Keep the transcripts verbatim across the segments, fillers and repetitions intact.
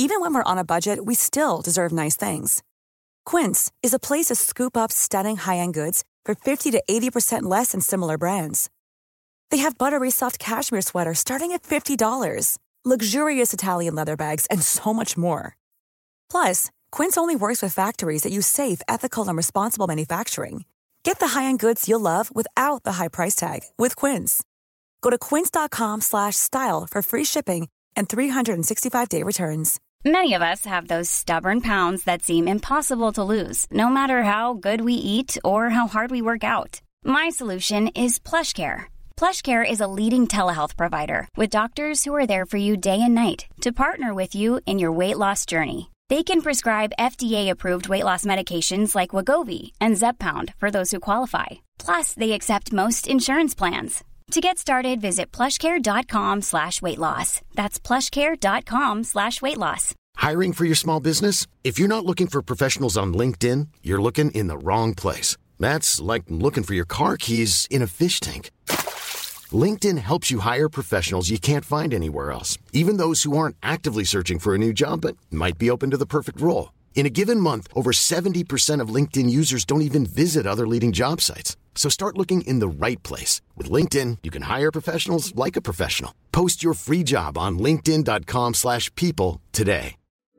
Even when we're on a budget, we still deserve nice things. Quince is a place to scoop up stunning high-end goods for fifty to eighty percent less than similar brands. They have buttery soft cashmere sweaters starting at fifty dollars, luxurious Italian leather bags, and so much more. Plus, Quince only works with factories that use safe, ethical, and responsible manufacturing. Get the high-end goods you'll love without the high price tag with Quince. Go to quince.com slash style for free shipping and three sixty-five day returns. Many of us have those stubborn pounds that seem impossible to lose, no matter how good we eat or how hard we work out. My solution is PlushCare. PlushCare is a leading telehealth provider with doctors who are there for you day and night to partner with you in your weight loss journey. They can prescribe F D A-approved weight loss medications like Wegovy and Zepbound for those who qualify. Plus, they accept most insurance plans. To get started, visit plushcare.com slash weight loss. That's plushcare.com slash weight loss. Hiring for your small business? If you're not looking for professionals on LinkedIn, you're looking in the wrong place. That's like looking for your car keys in a fish tank. LinkedIn helps you hire professionals you can't find anywhere else, even those who aren't actively searching for a new job but might be open to the perfect role. In a given month, over seventy percent of LinkedIn users don't even visit other leading job sites. So start looking in the right place. With LinkedIn, you can hire professionals like a professional. Post your free job on linkedin.com slash people today.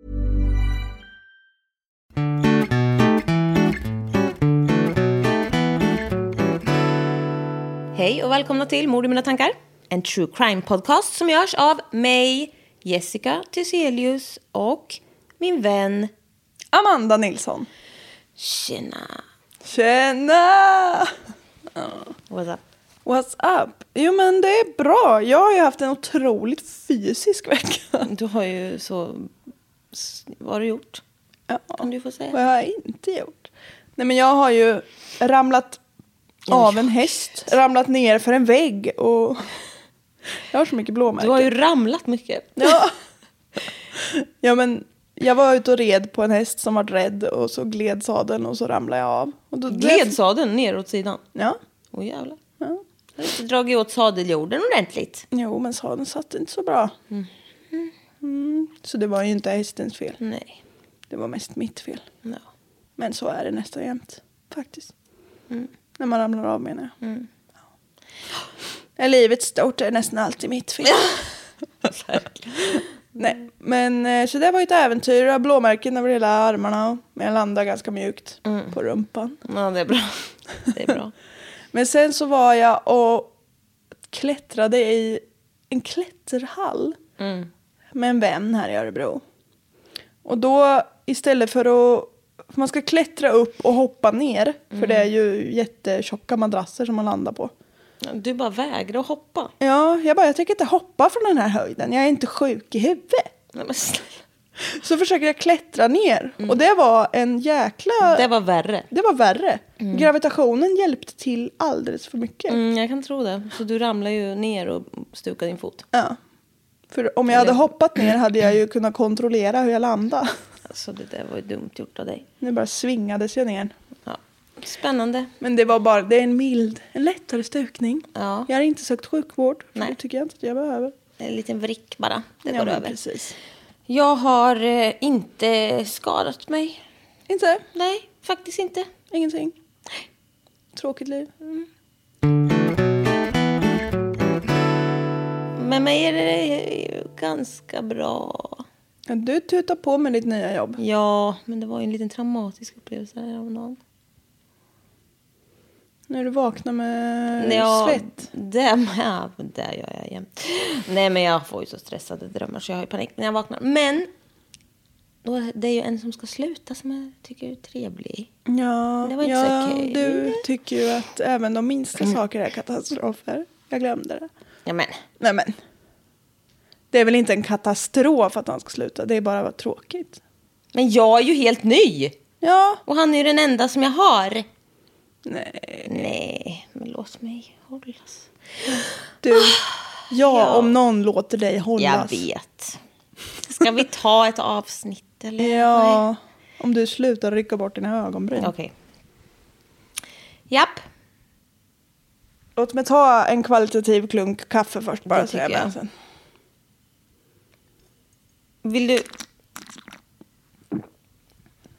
Hej och välkomna till Mord i mina tankar. En true crime podcast som görs av mig, Jessica Thyselius, och min vän Amanda Nilsson. Tjena. Tjena! What's up? What's up? Jo men det är bra. Jag har ju haft en otroligt fysisk vecka. Du har ju så... Vad har du gjort? Ja. Kan du få säga? Vad har jag inte gjort? Nej men jag har ju ramlat av en häst. Ramlat ner för en vägg. Och jag har så mycket blåmärken. Du har ju ramlat mycket. Ja. Ja men... Jag var ute och red på en häst som var rädd och så gled sadeln och så ramlade jag av. Och då gled sadeln ner åt sidan? Ja. Åh jävlar. Ja. Jag har inte dragit åt sadeljorden ordentligt. Jo, men sadeln satt inte så bra. Mm. Mm. Så det var ju inte hästens fel. Nej. Det var mest mitt fel. Ja. Men så är det nästan jämt, faktiskt. Mm. När man ramlar av menar jag. Mm. Ja. Är livet stort är nästan alltid mitt fel. Nej, men så det var ju ett äventyr. Jag har blåmärken över hela armarna. Men jag landade ganska mjukt mm. på rumpan. Ja, det är bra. Det är bra. Men sen så var jag och klättrade i en klätterhall mm. med en vän här i Örebro. Och då istället för att... För man ska klättra upp och hoppa ner. Mm. För det är ju jättetjocka madrasser som man landar på. Du bara vägrar att hoppa. Ja, jag bara, jag tänker inte hoppa från den här höjden. Jag är inte sjuk i huvudet. Nej, men... Så försöker jag klättra ner. Mm. Och det var en jäkla... Det var värre. Det var värre. Mm. Gravitationen hjälpte till alldeles för mycket. Mm, jag kan tro det. Så du ramlade ju ner och stukade din fot. Ja. För om jag hade hoppat ner hade jag ju kunnat kontrollera hur jag landade. Alltså det där var ju dumt gjort av dig. Nu bara svingades jag ner. Ja. Spännande. Men det var bara, det är en mild, en lättare stukning. Ja. Jag har inte sökt sjukvård. Nej. Det tycker jag inte att jag behöver. En liten vrick bara. Det ja, går men över. Precis. Jag har eh, inte skadat mig. Inte? Nej, faktiskt inte. Ingenting. Tråkigt liv. Mm. Men mig är det ganska bra. Ja, du tutar på med ditt nya jobb. Ja, men det var ju en liten traumatisk upplevelse av någon. När du vaknar med ja, svett. Det med, det gör jag jämt. Nej, men jag får ju så stressade drömmar så jag har ju panik när jag vaknar. Men då, det är ju en som ska sluta som jag tycker är trevlig. Ja, det var inte ja så okej. Du tycker ju att även de minsta mm. saker är katastrofer. Jag glömde det. Ja, men. Nej, men. Det är väl inte en katastrof att han ska sluta. Det är bara vad tråkigt. Men jag är ju helt ny. Ja. Och han är ju den enda som jag har. Nej. Nej, men låt mig hållas. Du, ja, ja, om någon låter dig hållas. Jag vet. Ska vi ta ett avsnitt eller? Ja, nej. Om du slutar rycka bort dina ögonbryn. Okej. Okay. Japp. Låt mig ta en kvalitativ klunk kaffe först. Bara det så jag jag. Sen. Vill du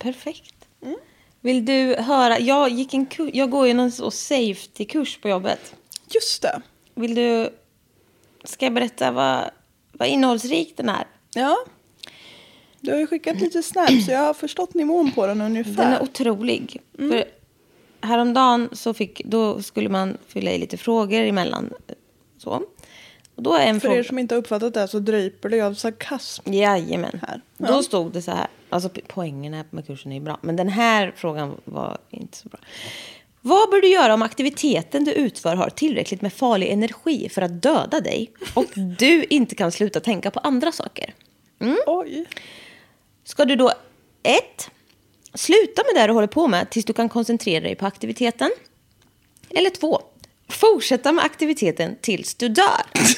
perfekt. Mm. Vill du höra? Jag, gick en kur- jag går ju någon så safety-kurs på jobbet. Just det. Vill du... Ska jag berätta vad, vad innehållsrik den är? Ja. Du har ju skickat lite snaps så jag har förstått nivån på den ungefär. Den är otrolig. Mm. För häromdagen så fick, då skulle man fylla i lite frågor emellan. Så. Och då är en För fråga... er som inte har uppfattat det så dryper det av sarkasm. Jajamän. Här. Ja. Då stod det så här. Alltså poängen här med kursen är bra. Men den här frågan var inte så bra. Vad bör du göra om aktiviteten du utför har tillräckligt med farlig energi för att döda dig och du inte kan sluta tänka på andra saker? Mm. Oj. Ska du då ett, sluta med det du håller på med tills du kan koncentrera dig på aktiviteten? Eller två, fortsätta med aktiviteten tills du dör.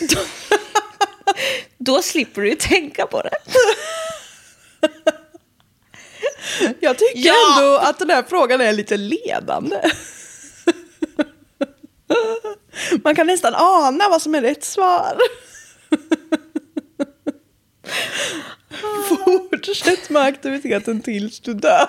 Då slipper du tänka på det. Jag tycker ja. ändå att den här frågan är lite ledande. Man kan nästan ana vad som är rätt svar. Fortsätt med aktiviteten tills du dör.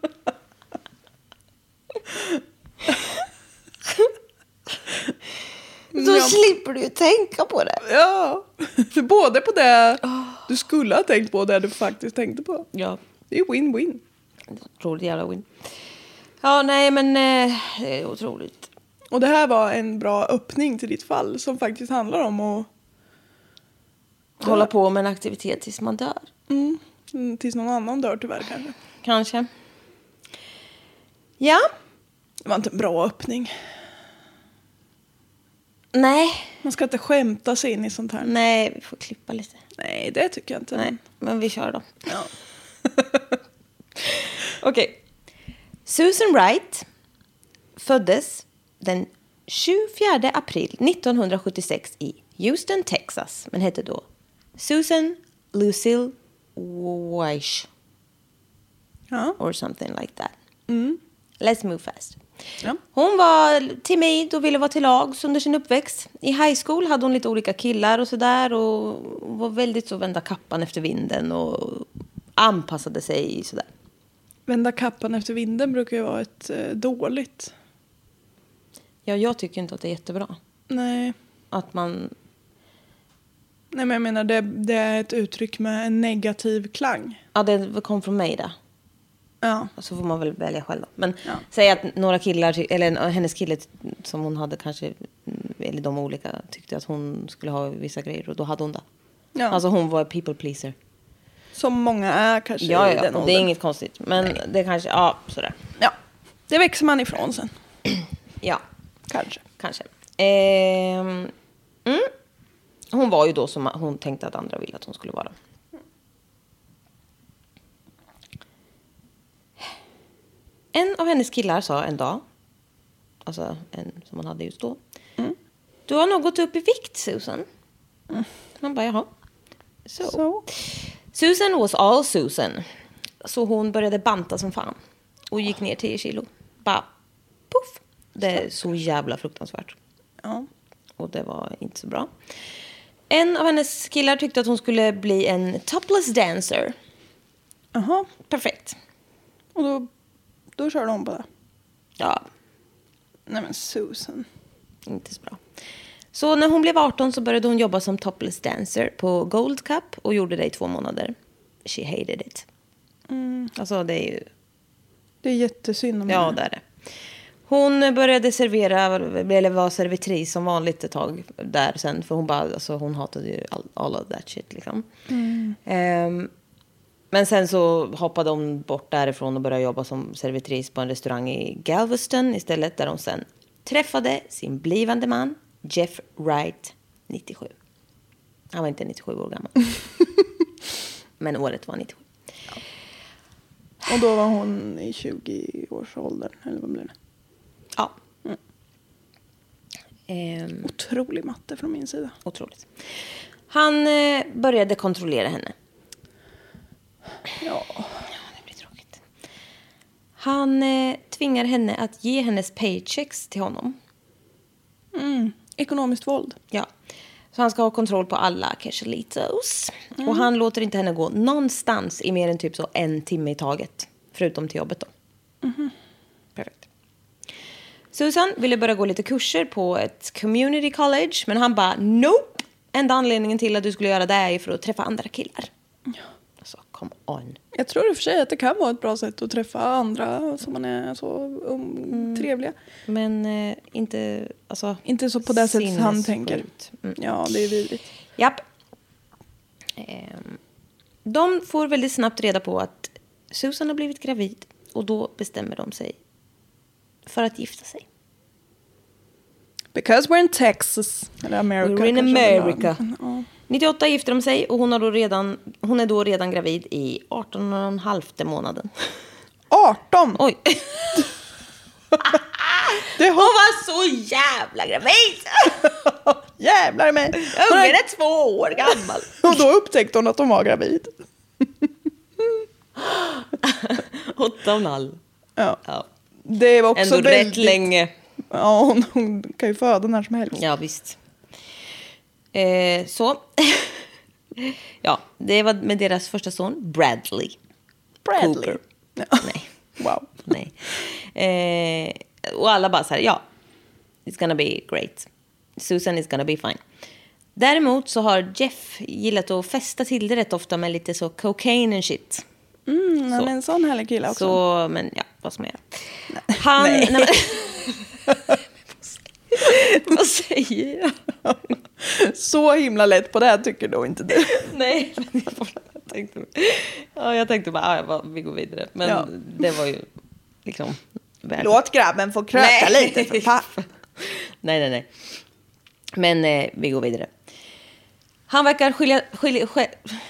Då ja. slipper du tänka på det. Ja, både på det du skulle ha tänkt på och det du faktiskt tänkte på. Ja. Det är win-win. Otroligt jävla win. Ja, nej men eh, det är otroligt. Och det här var en bra öppning till ditt fall som faktiskt handlar om att hålla på med en aktivitet tills man dör. Mm. Mm, tills någon annan dör tyvärr kanske. Kanske. Ja. Det var inte en bra öppning. Nej. Man ska inte skämta sig in i sånt här. Nej, vi får klippa lite. Nej, det tycker jag inte. Nej, men vi kör då. Ja. Okej. Okay. Susan Wright föddes den tjugofjärde april nittonhundrasjuttiosex i Houston, Texas. Men hette då Susan Lucille Weish. Ja. Or something like that. Mm. Let's move fast. Ja. Hon var timid och ville vara till lags under sin uppväxt. I high school hade hon lite olika killar och sådär. Och var väldigt så vända kappan efter vinden och anpassade sig sådär. Vända kappan efter vinden brukar ju vara ett eh, dåligt. Ja, jag tycker inte att det är jättebra. Nej. Att man... Nej, men jag menar det, det är ett uttryck med en negativ klang. Ja, det kom från mig där. Ja. Så får man väl välja själv då. Men ja. säg att några killar, eller hennes kille som hon hade kanske, eller de olika, tyckte att hon skulle ha vissa grejer och då hade hon det. Ja. Alltså hon var people pleaser. Som många är kanske ja, i ja, den och det är inget konstigt. Men nej. Det kanske, ja, sådär. Ja, det växer man ifrån sen. Ja. Kanske. Kanske. Eh, mm. Hon var ju då som hon tänkte att andra ville att hon skulle vara. En av hennes killar sa en dag, alltså en som hon hade just då. Mm. Du har nog gått upp i vikt, Susan. Mm. Man bara, jaha. Så. So. Susan was all Susan. Så hon började banta som fan. Och gick ner tio kilo. Bara, puff. Det är så jävla fruktansvärt. Ja. Och det var inte så bra. En av hennes killar tyckte att hon skulle bli en topless dancer. Jaha. Perfekt. Och då, då körde hon på det. Ja. Nej men Susan. Inte så bra. Så när hon blev arton så började hon jobba som topless dancer på Gold Cup. Och gjorde det i två månader. She hated it. Mm. Alltså det är ju... Det är jättesynd om ja, henne. det är det. Hon började servera, eller var servitris som vanligt ett tag där sen. För hon bara, alltså hon hatade ju all, all of that shit liksom. Mm. Um, men sen så hoppade hon bort därifrån och började jobba som servitris på en restaurang i Galveston istället. Där hon sen träffade sin blivande man, Jeff Wright, nittiosju. Han var inte nittiosju år gammal. Men året var nittiosju. Ja. Och då var hon i tjugo-årsåldern, eller vad blev det? Ja. Mm. Um, Otrolig matte från min sida. Otroligt. Han eh, började kontrollera henne. Ja. Ja, det blir tråkigt. Han eh, tvingar henne att ge hennes paychecks till honom. Mm. Ekonomiskt våld. Ja. Så han ska ha kontroll på alla cashalitos. Mm. Och han låter inte henne gå någonstans i mer än typ så en timme i taget. Förutom till jobbet då. Mm-hmm. Perfekt. Susan ville börja gå lite kurser på ett community college. Men han bara, nope. Enda anledningen till att du skulle göra det är för att träffa andra killar. Ja. Alltså, come on. Jag tror i och för sig att det kan vara ett bra sätt att träffa andra som man är så um, mm. trevliga. Men eh, inte, alltså, inte så på det sättet han tänker. Mm. Ja, det är vidrigt. Japp. Eh, de får väldigt snabbt reda på att Susan har blivit gravid. Och då bestämmer de sig för att gifta sig. Because we're in Texas. Eller America. We're in America. Ja. nittioåtta gifter de sig och hon, har då redan, hon är då redan gravid i arton och en halv månaden. arton? Oj. Det har... Hon var så jävla gravid. Jävlar i mig. Ungen är två år gammal. Och då upptäckte hon att hon var gravid. Åtta och en halv. Ja. Ja. Det var också ändå väldigt... rätt länge. Ja, hon, hon kan ju föda när som helst. Ja, visst. Eh, så. Ja, det var med deras första son, Bradley. Bradley? Ja. Nej. Wow. Nej. Eh, och alla bara så här, ja. It's gonna be great. Susan is gonna be fine. Däremot så har Jeff gillat att festa till det rätt ofta med lite så cocaine and shit. Mm, han är en sån härlig kille också. Så, men ja, vad som är. Han... Nej. Nej, men, vad säger jag? Så himla lätt på det här tycker du inte du? Nej, jag tänkte, ja, jag tänkte bara, ja, bara, vi går vidare. Men ja. Det var ju liksom... Väl. Låt grabben få kröka nej. Lite för fan. Nej, nej, nej. Men eh, vi går vidare. Han verkar skilja... skilja skil...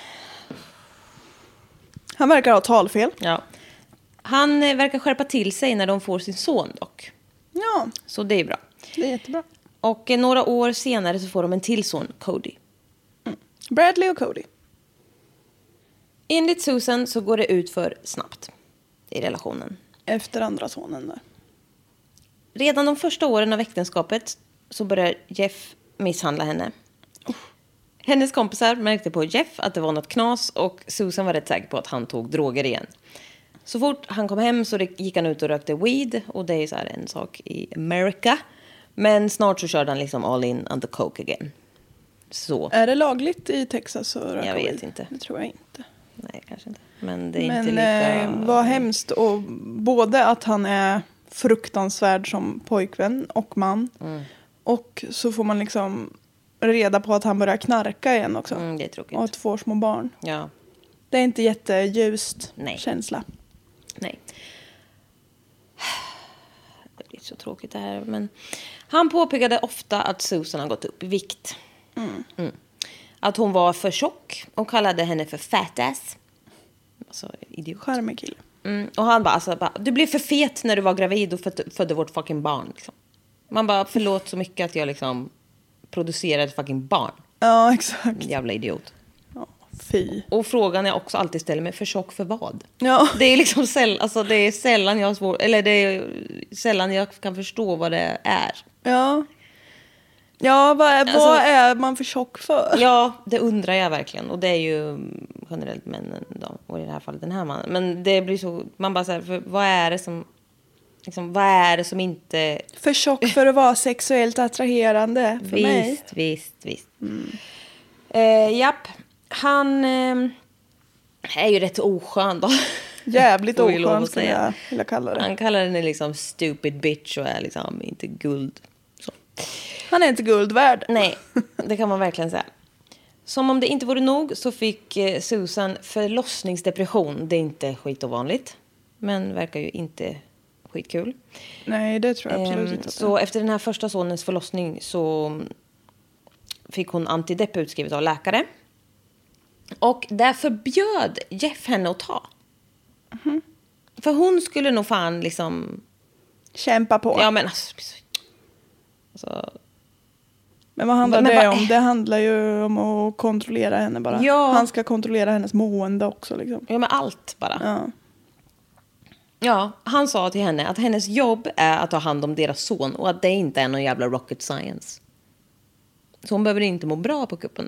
Han verkar ha talfel. Ja. Han eh, verkar skärpa till sig när de får sin son dock. Ja. Så det är bra. Det är jättebra. Och eh, några år senare så får de en till son, Cody. Mm. Bradley och Cody. Enligt Susan så går det ut för snabbt i relationen. Efter andra sonen där. Redan de första åren av äktenskapet så börjar Jeff misshandla henne. Uh. Hennes kompisar märkte på Jeff att det var något knas och Susan var rätt säker på att han tog droger igen. Så fort han kom hem så gick han ut och rökte weed och det är så här en sak i America. Men snart så körde han liksom all in on the coke again. Så. Är det lagligt i Texas att röka Jag vet weed? inte. Det tror jag inte. Nej, kanske inte. Men det är Men, inte lika... eh, vad hemskt. Och både att han är fruktansvärd som pojkvän och man. Mm. Och så får man liksom reda på att han börjar knarka igen också. Mm, det är tråkigt. Och två små barn. Ja. Det är inte jätteljust Nej. känsla. Nej. Det blir så tråkigt det här. Men han påpekade ofta att Susan har gått upp i vikt. Mm. Mm. Att hon var för tjock och kallade henne för fat ass. Alltså idiot. Charmig kille. Mm. Och han bara, alltså, bara, du blev för fet när du var gravid och födde, födde vårt fucking barn. Liksom. Man bara, förlåt så mycket att jag liksom producerade ett fucking barn. Ja, exakt. Jävla idiot. Ja, fy. Och frågan jag också alltid ställer mig, för tjock för vad? Ja. Det är liksom säll, alltså det är sällan jag har svår, eller det är sällan jag kan förstå vad det är. Ja. Ja, vad är, alltså, vad är man för tjock för? Ja, det undrar jag verkligen. Och det är ju generellt männen då, och i det här fallet den här mannen. Men det blir så, man bara så här, för vad är det som, liksom, vad är det som inte... För tjock för att vara sexuellt attraherande för visst, mig. Visst, visst, visst. Mm. Eh, japp, han eh, är ju rätt oskön då. Jävligt oskön skulle jag vilja kalla det. Han kallar henne liksom stupid bitch och är liksom inte guld. Så. Han är inte guld värd. Nej, det kan man verkligen säga. Som om det inte vore nog så fick Susan förlossningsdepression. Det är inte skitovanligt, men verkar ju inte skitkul. Nej, det tror jag absolut inte. Så efter den här första sonens förlossning så fick hon antidepp utskrivet av läkare. Och där förbjöd Jeff henne att ta. Mm-hmm. För hon skulle nog fan liksom... kämpa på. Ja, men alltså... alltså men vad handlar men, det vad, om? Det handlar ju om att kontrollera henne bara. Ja. Han ska kontrollera hennes mående också. Liksom. Ja, men allt bara. Ja. Ja, han sa till henne att hennes jobb är att ta hand om deras son och att det inte är någon jävla rocket science. Så hon behöver inte må bra på kuppen då.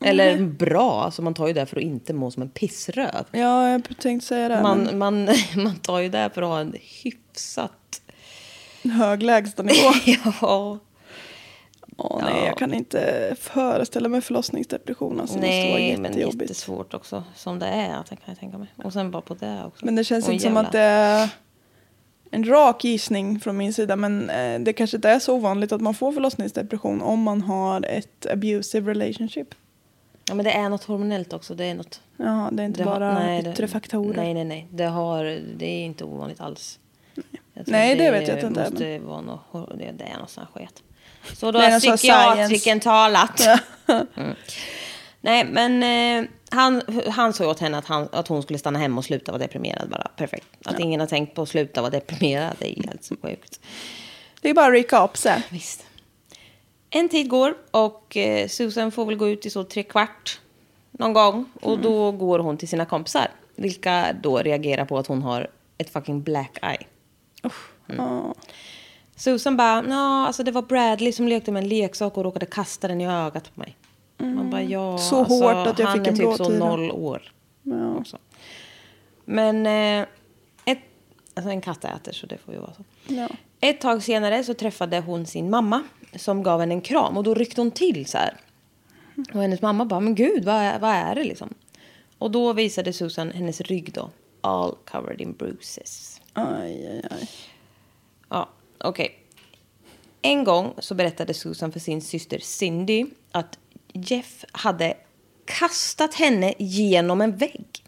Eller bra, alltså man tar ju det för att inte må som en pissröv. Ja, jag tänkte säga det. Man, men... man, man tar ju det för att ha en hyfsat... hög lägstanivå. ja. Åh, nej, Ja. jag kan inte föreställa mig förlossningsdepression. Alltså, det måste vara Nej, men jättejobbigt. jättesvårt också. Som det är, jag kan jag tänka mig. Och sen bara på det också. Men det känns Åh, inte som jävlar. att det är en rak gissning från min sida. Men eh, det kanske inte är så ovanligt att man får förlossningsdepression om man har ett abusive relationship. Ja, men det är något hormonellt också. Det är något... Ja, det är inte det har- bara nej, yttre det, faktorer. Nej, nej, nej. Det, har, det är inte ovanligt alls. Jag tror Nej, det vet jag inte, Måste men- vara något, det, det är något sån här skit. Så då Det är har någon sån psykiatriken science. talat. Mm. Nej, men eh, han, han sa åt henne att, han, att hon skulle stanna hemma och sluta vara deprimerad bara. Perfekt. Att ingen har tänkt på att sluta vara deprimerad, det är helt så sjukt. Det är bara att rycka upp sig. Visst. En tid går och eh, Susan får väl gå ut i så tre kvart någon gång. Och då går hon till sina kompisar. Vilka då reagerar på att hon har ett fucking black eye. Ja. Susan bara, ja, alltså det var Bradley som lekte med en leksak och råkade kasta den i ögat på mig. Man bara, ja, Så alltså, hårt att jag han fick är en typ så blåtira. noll år. Ja. Också. Men eh, ett, alltså en katt äter så det får ju vara så. Ja. Ett tag senare så träffade hon sin mamma som gav henne en kram och då ryckte hon till så här. Och hennes mamma bara, men gud, vad är, vad är det liksom? Och då visade Susan hennes rygg då, all covered in bruises. Aj, aj, aj. Ja, okej. En gång så berättade Susan för sin syster Cindy att Jeff hade kastat henne genom en vägg.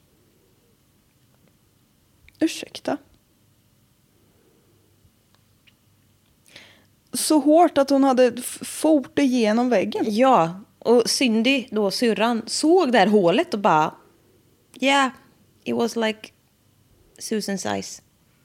Ursäkta. Så hårt att hon hade f- fort igenom väggen. Ja, och Cindy, då syrran, såg det här hålet och bara... Yeah, it was like Susans eyes.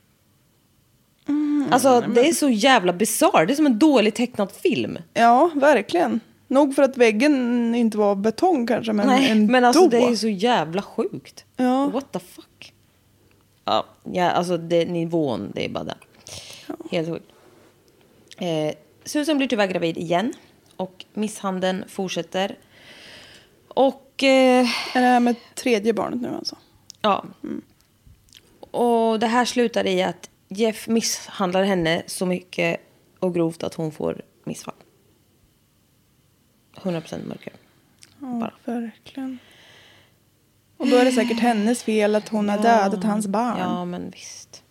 Alltså, det är så jävla bizarrt. Det är som en dålig tecknad film. Ja, verkligen. Nog för att väggen inte var betong kanske, men Nej, ändå. men alltså det är så jävla sjukt. Ja. What the fuck? Ja, ja alltså det, nivån, det är bara det. Helt sjukt. Eh, Susan blir tyvärr gravid igen. Och misshandeln fortsätter. Och... Eh, Är det här med tredje barnet nu alltså? ja. Och det här slutar i att Jeff misshandlar henne så mycket och grovt att hon får missfall. hundra procent mörker. Ja, verkligen. Och då är det säkert hennes fel att hon har dödat hans barn. Ja, men visst.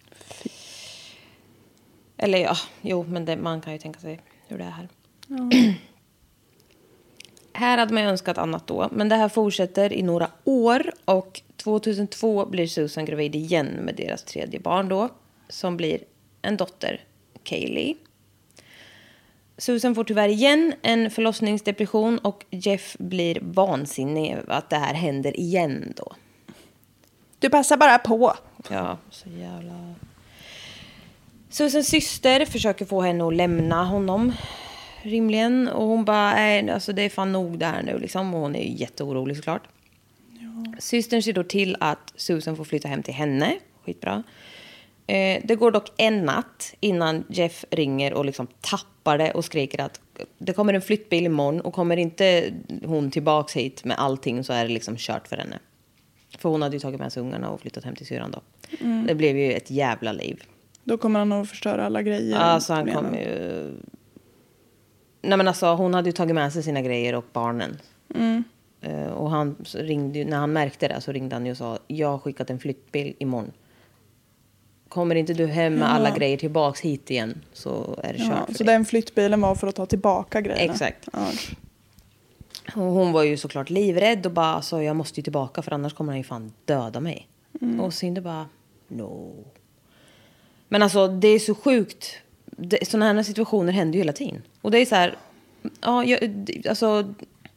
Eller ja, jo, men det, man kan ju tänka sig hur det är här. Ja. Här hade man ju önskat annat då. Men det här fortsätter i några år. Och tjugohundratvå blir Susan gravid igen med deras tredje barn då. Som blir en dotter, Kaylee. Susan får tyvärr igen en förlossningsdepression. Och Jeff blir vansinnig att det här händer igen då. Du passar bara på. Ja, så jävla... Susans syster försöker få henne att lämna honom rimligen. Och hon bara, nej, alltså det är fan nog där nu liksom. Och hon är ju jätteorolig såklart. Ja. Systern ser då till att Susan får flytta hem till henne. Skitbra. Eh, det går dock en natt innan Jeff ringer och liksom tappar det och skriker att det kommer en flyttbil imorgon. Och kommer inte hon tillbaks hit med allting så är det liksom kört för henne. För hon hade ju tagit med sig ungarna och flyttat hem till syran då. Mm. Det blev ju ett jävla liv. Då kommer han att förstöra alla grejer. Alltså han kom ju... Nej men alltså hon hade ju tagit med sig sina grejer och barnen. Mm. Uh, och han ringde ju, när han märkte det så ringde han ju och sa, jag har skickat en flyttbil imorgon. Kommer inte du hem med ja. alla grejer tillbaks hit igen så är det kört ja, för Så dig. den flyttbilen var för att ta tillbaka grejerna? Exakt. Ja. Och hon var ju såklart livrädd och bara, alltså, jag måste ju tillbaka för annars kommer han ju fan döda mig. Mm. Och Cindy bara, no. Men alltså det är så sjukt. Det, såna här situationer händer ju hela tiden. Och det är så här, ja, jag, alltså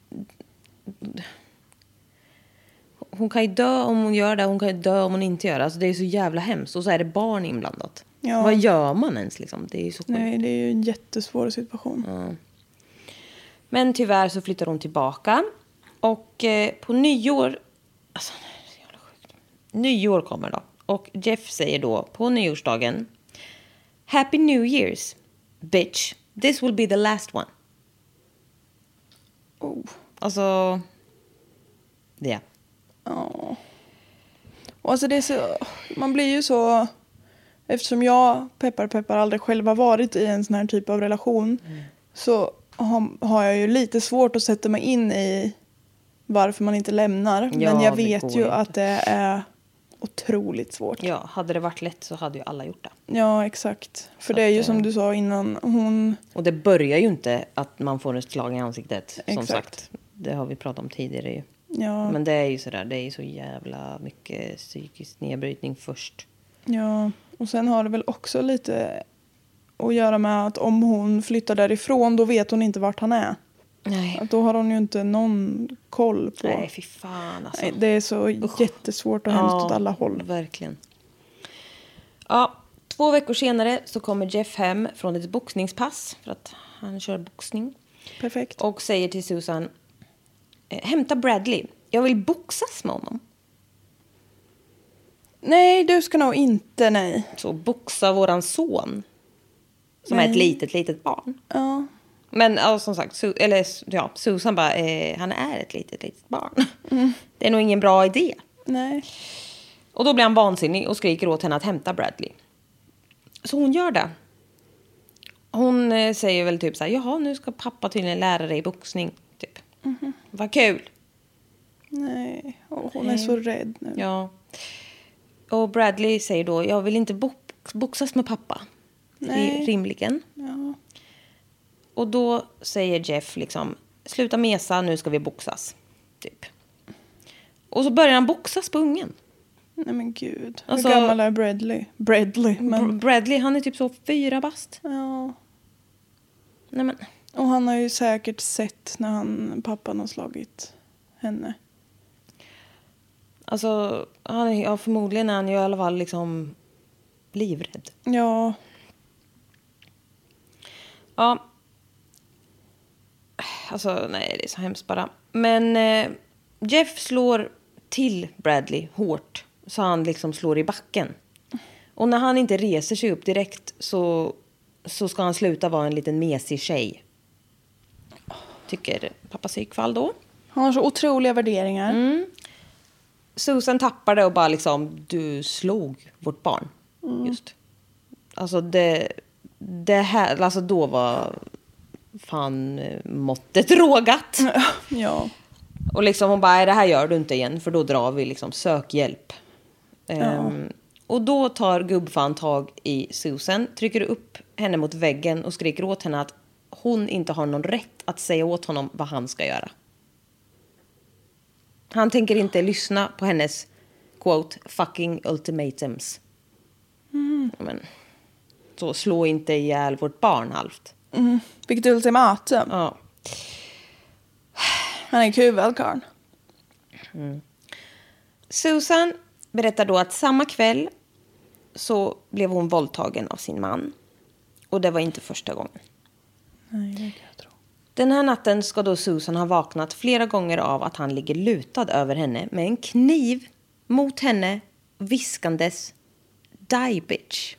hon kan ju dö om hon gör det, hon kan ju dö om hon inte gör det. Alltså det är så jävla hemskt. Och så är det barn inblandat. Ja. Vad gör man ens liksom? Det är ju så sjukt. Nej, det är ju en jättesvår situation. Ja. Men tyvärr så flyttar hon tillbaka. Och eh, på nyår, alltså det är så jävla sjukt. Nyår kommer då. Och Jeff säger då på nyårsdagen, Happy New Year's, bitch. This will be the last one. Oh. Alltså, Ja. Ja. Och alltså det är så, man blir ju så, eftersom jag peppar peppar aldrig själv har varit i en sån här typ av relation, mm. så har, har jag ju lite svårt att sätta mig in i varför man inte lämnar. Ja, men jag vet ju inte. Att det är otroligt svårt. Ja, hade det varit lätt så hade ju alla gjort det. Ja, exakt. För så det är ju att, som du sa innan, hon... Och det börjar ju inte att man får ett slag i ansiktet, exakt. som sagt. Det har vi pratat om tidigare ju. Ja. Men det är ju sådär, det är ju så jävla mycket psykisk nedbrytning först. Ja, och sen har det väl också lite att göra med att om hon flyttar därifrån, då vet hon inte vart han är. Nej. Att då har hon ju inte någon koll på. Nej, fy fan alltså. Nej, det är så Usch. jättesvårt och hemskt ja, åt alla håll. Verkligen. Ja, två veckor senare så kommer Jeff hem från ett boxningspass för att han kör boxning. Perfekt. Och säger till Susan: hämta Bradley. Jag vill boxas med honom. Nej, du ska nog inte, nej. Så boxa våran son. Som nej. är ett litet, litet barn. Ja. Men alltså, som sagt, Su- eller, ja, Susan bara, eh, han är ett litet, litet barn. Mm. Det är nog ingen bra idé. Nej. Och då blir han vansinnig och skriker åt henne att hämta Bradley. Så hon gör det. Hon eh, säger väl typ så här: jaha, nu ska pappa tydligen lära dig boxning. Typ. Mm-hmm. Vad kul. Nej, och hon Nej. är så rädd nu. Ja. Och Bradley säger då: jag vill inte box- boxas med pappa. Nej. Rimligen. Ja. Och då säger Jeff liksom: sluta mesa, nu ska vi boxas. Typ. Och så börjar han boxas på ungen. Nej men gud. Alltså, hur gammal är Bradley? Bradley. Men... Bradley, han är typ så fyra bast. Ja. Nej men. Och han har ju säkert sett när han, pappan har slagit henne. Alltså, han, ja, förmodligen är han ju i alla fall liksom livrädd. Ja. Ja. Alltså, nej, det är så hemskt bara. Men eh, Jeff slår till Bradley hårt. Så han liksom slår i backen. Och när han inte reser sig upp direkt så, så ska han sluta vara en liten mesig tjej. Tycker pappa psykfall då. Han har så otroliga värderingar. Mm. Susan tappar det och bara liksom: du slog vårt barn. Mm. Just. Alltså det, det här, alltså då var fan måttet rågat. Ja. Och liksom hon bara: det här gör du inte igen, för då drar vi liksom, sök hjälp. Ja. Um, och då tar gubbfan tag i Susan, trycker upp henne mot väggen och skriker åt henne att hon inte har någon rätt att säga åt honom vad han ska göra. Han tänker inte lyssna på hennes quote fucking ultimatums. Mm. Men, så slå inte ihjäl vårt barn halvt. Mm. Vilket ultimatum. Ja. Han är kuvad karl. Mm. Susan berättar då att samma kväll så blev hon våldtagen av sin man. Och det var inte första gången. Nej, det kan jag tro. Den här natten ska då Susan ha vaknat flera gånger av att han ligger lutad över henne med en kniv mot henne, viskandes: die bitch.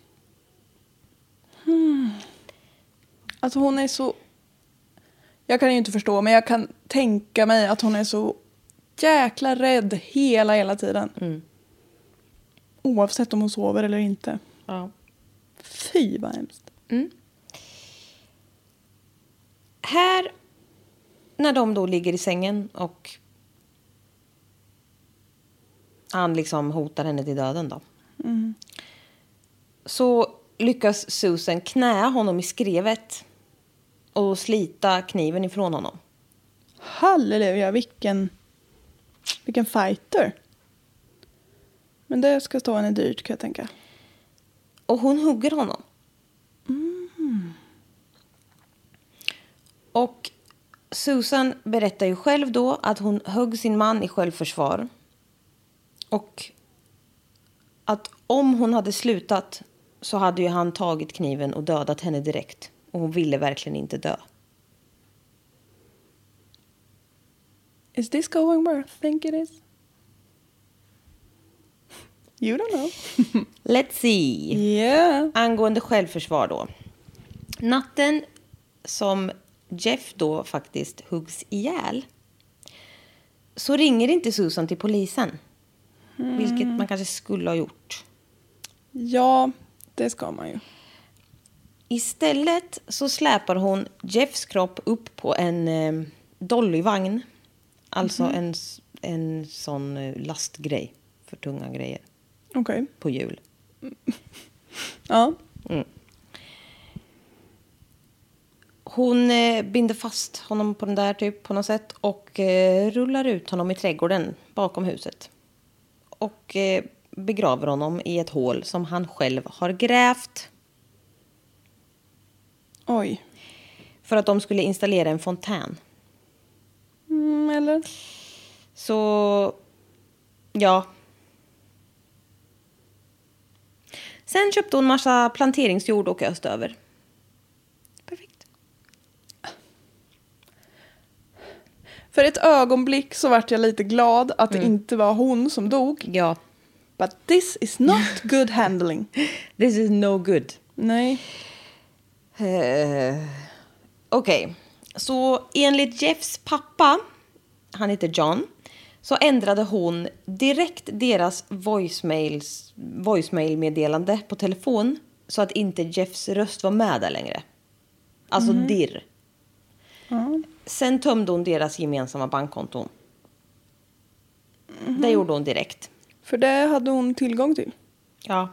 Hmm. Alltså hon är så... Jag kan ju inte förstå, men jag kan tänka mig att hon är så jäkla rädd hela, hela tiden. Mm. Oavsett om hon sover eller inte. Ja. Fy, vad hemskt. Mm. Här, när de då ligger i sängen och han liksom hotar henne till döden då. Mm. Så lyckas Susan knäa honom i skrevet och slita kniven ifrån honom. Halleluja, vilken, vilken fighter. Men det ska stå henne dyrt, kan jag tänka. Och hon hugger honom. Mm. Och Susan berättar ju själv då att hon högg sin man i självförsvar. Och att om hon hade slutat så hade ju han tagit kniven och dödat henne direkt. Och hon ville verkligen inte dö. Is this going where I think it is? You don't know. Let's see. Yeah. Angående självförsvar då. Natten som Jeff då faktiskt huggs ihjäl så ringer inte Susan till polisen. Mm. Vilket man kanske skulle ha gjort. Ja, det ska man ju. Istället så släpar hon Jeffs kropp upp på en eh, dollyvagn. Alltså mm. en, en sån eh, lastgrej för tunga grejer. Okej. Okay. På hjul. Ja. Mm. Hon eh, binder fast honom på den där typ på något sätt. Och eh, rullar ut honom i trädgården bakom huset. Och eh, begraver honom i ett hål som han själv har grävt. Oj. För att de skulle installera en fontän. Mm, eller? Så, ja. Sen köpte hon massa planteringsjord och öst över. Perfekt. För ett ögonblick så vart jag lite glad att mm. det inte var hon som dog. Ja. But this is not good handling. This is no good. Nej. Uh, Okej. Okay. Så enligt Jeffs pappa, han heter John, så ändrade hon direkt deras voicemails, voicemail-meddelande på telefon så att inte Jeffs röst var med där längre. Alltså mm. dirr. Mm. Sen tömde hon deras gemensamma bankkonton. Mm. Det gjorde hon direkt. För det hade hon tillgång till. Ja.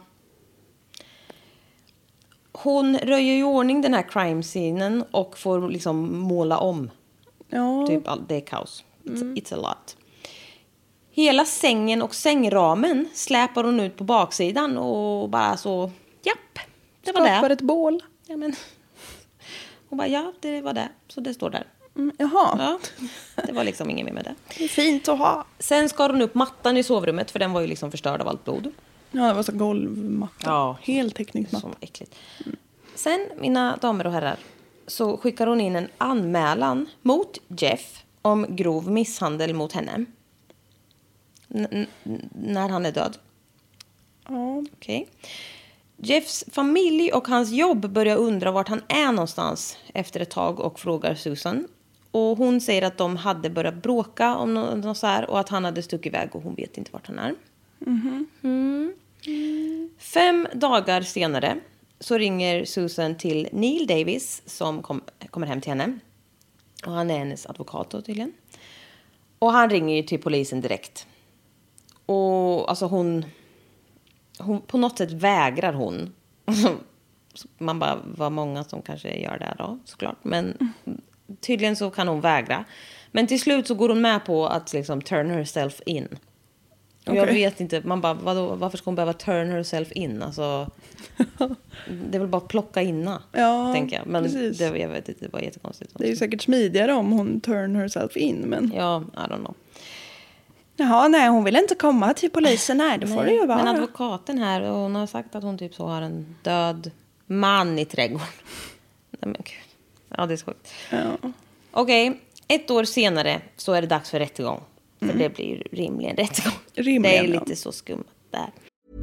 Hon röjer i ordning den här crime-scenen och får liksom måla om. Ja. Typ all, det är kaos. It's, mm. it's a lot. Hela sängen och sängramen släpar hon ut på baksidan och bara så, japp, det var det. Skapar ett bål. Ja, men. Hon bara, ja, det var det. Så det står där. Mm, jaha. Ja, det var liksom inget mer med det. Det är fint att ha. Sen skar hon upp mattan i sovrummet för den var ju liksom förstörd av allt blod. Ja, det var så golvmatta. Ja. Heltäckningsmatta. Som äckligt. Mm. Sen, mina damer och herrar, så skickar hon in en anmälan mot Jeff om grov misshandel mot henne. N- n- när han är död. Ja. Okej. Okay. Jeffs familj och hans jobb börjar undra vart han är någonstans efter ett tag och frågar Susan. Och hon säger att de hade börjat bråka om något så här och att han hade stuckit iväg och hon vet inte vart han är. Mm-hmm. Mm. Mm. Fem dagar senare så ringer Susan till Neil Davis som kom, kommer hem till henne. Och han är hennes advokat då tydligen. Och han ringer ju till polisen direkt. Och alltså hon... hon på något sätt vägrar hon. Man bara, var många som kanske gör det då, såklart. Men mm. tydligen så kan hon vägra. Men till slut så går hon med på att liksom turn herself in. Och okay. Jag vet inte, man bara, vadå, varför ska hon behöva turn herself in? Alltså, det är väl bara att plocka inna, ja, tänker jag. Men precis. det, jag vet inte, det var jättekonstigt. Det är ju säkert smidigare om hon turn herself in, men... Ja, I don't know. Jaha, nej, hon vill inte komma till polisen. Nej, det får nej, det ju vara. Men advokaten här, och hon har sagt att hon typ så har en död man i trädgården. Nej, men gud. Ja, det är så sjukt. Ja. Okej, okay. Ett år senare så är det dags för rättegång. För mm. det blir rimligen rättegång. Rimligen, det är lite så skumt där.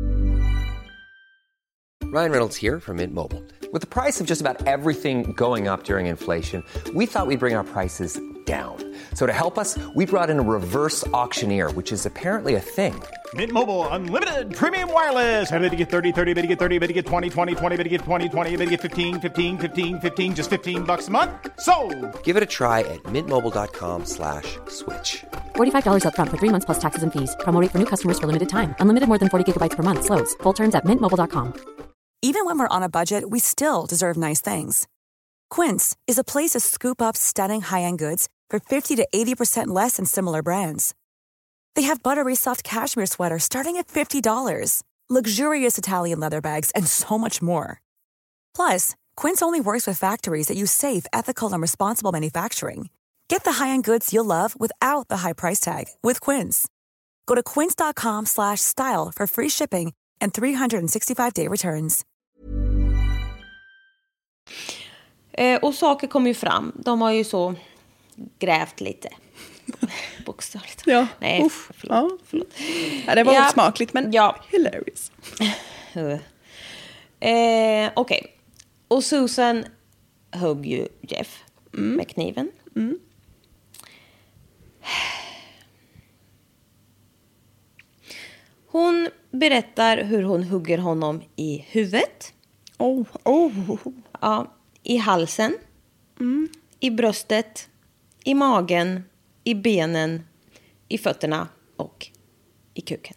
Ryan Reynolds here from Mint Mobile. With the price of just about everything going up during inflation, we thought we'd bring our prices down. So to help us, we brought in a reverse auctioneer, which is apparently a thing. Mint Mobile Unlimited Premium Wireless. How to get thirty, thirty, how to get thirty, how to get twenty, twenty, twenty, how to get twenty, twenty, how to get fifteen, fifteen, fifteen, fifteen, just fifteen bucks a month? Sold! Give it a try at mintmobile.com slash switch. forty-five dollars up front for three months plus taxes and fees. Promo rate for new customers for limited time. Unlimited more than forty gigabytes per month. Slows full terms at mint mobile dot com. Even when we're on a budget, we still deserve nice things. Quince is a place to scoop up stunning high-end goods for fifty to eighty percent less than similar brands. They have buttery soft cashmere sweaters starting at fifty dollars, luxurious Italian leather bags, and so much more. Plus, Quince only works with factories that use safe, ethical, and responsible manufacturing. Get the high-end goods you'll love without the high price tag with Quince. Go to quince.com slash style for free shipping and three sixty-five day returns. Eh, och saker kommer ju fram. De har ju så grävt lite. Bokstavligt. Ja. Nej, Uff. förlåt. Ja. förlåt. Ja, det var ja. osmakligt, men ja. hilarious. eh, Okej. Okay. Och Susan högg ju Jeff mm. med kniven. Mm. Hon berättar hur hon hugger honom i huvudet. Oh, oh. Ja, i halsen. Mm. I bröstet. I magen. I benen. I fötterna. Och i kuken.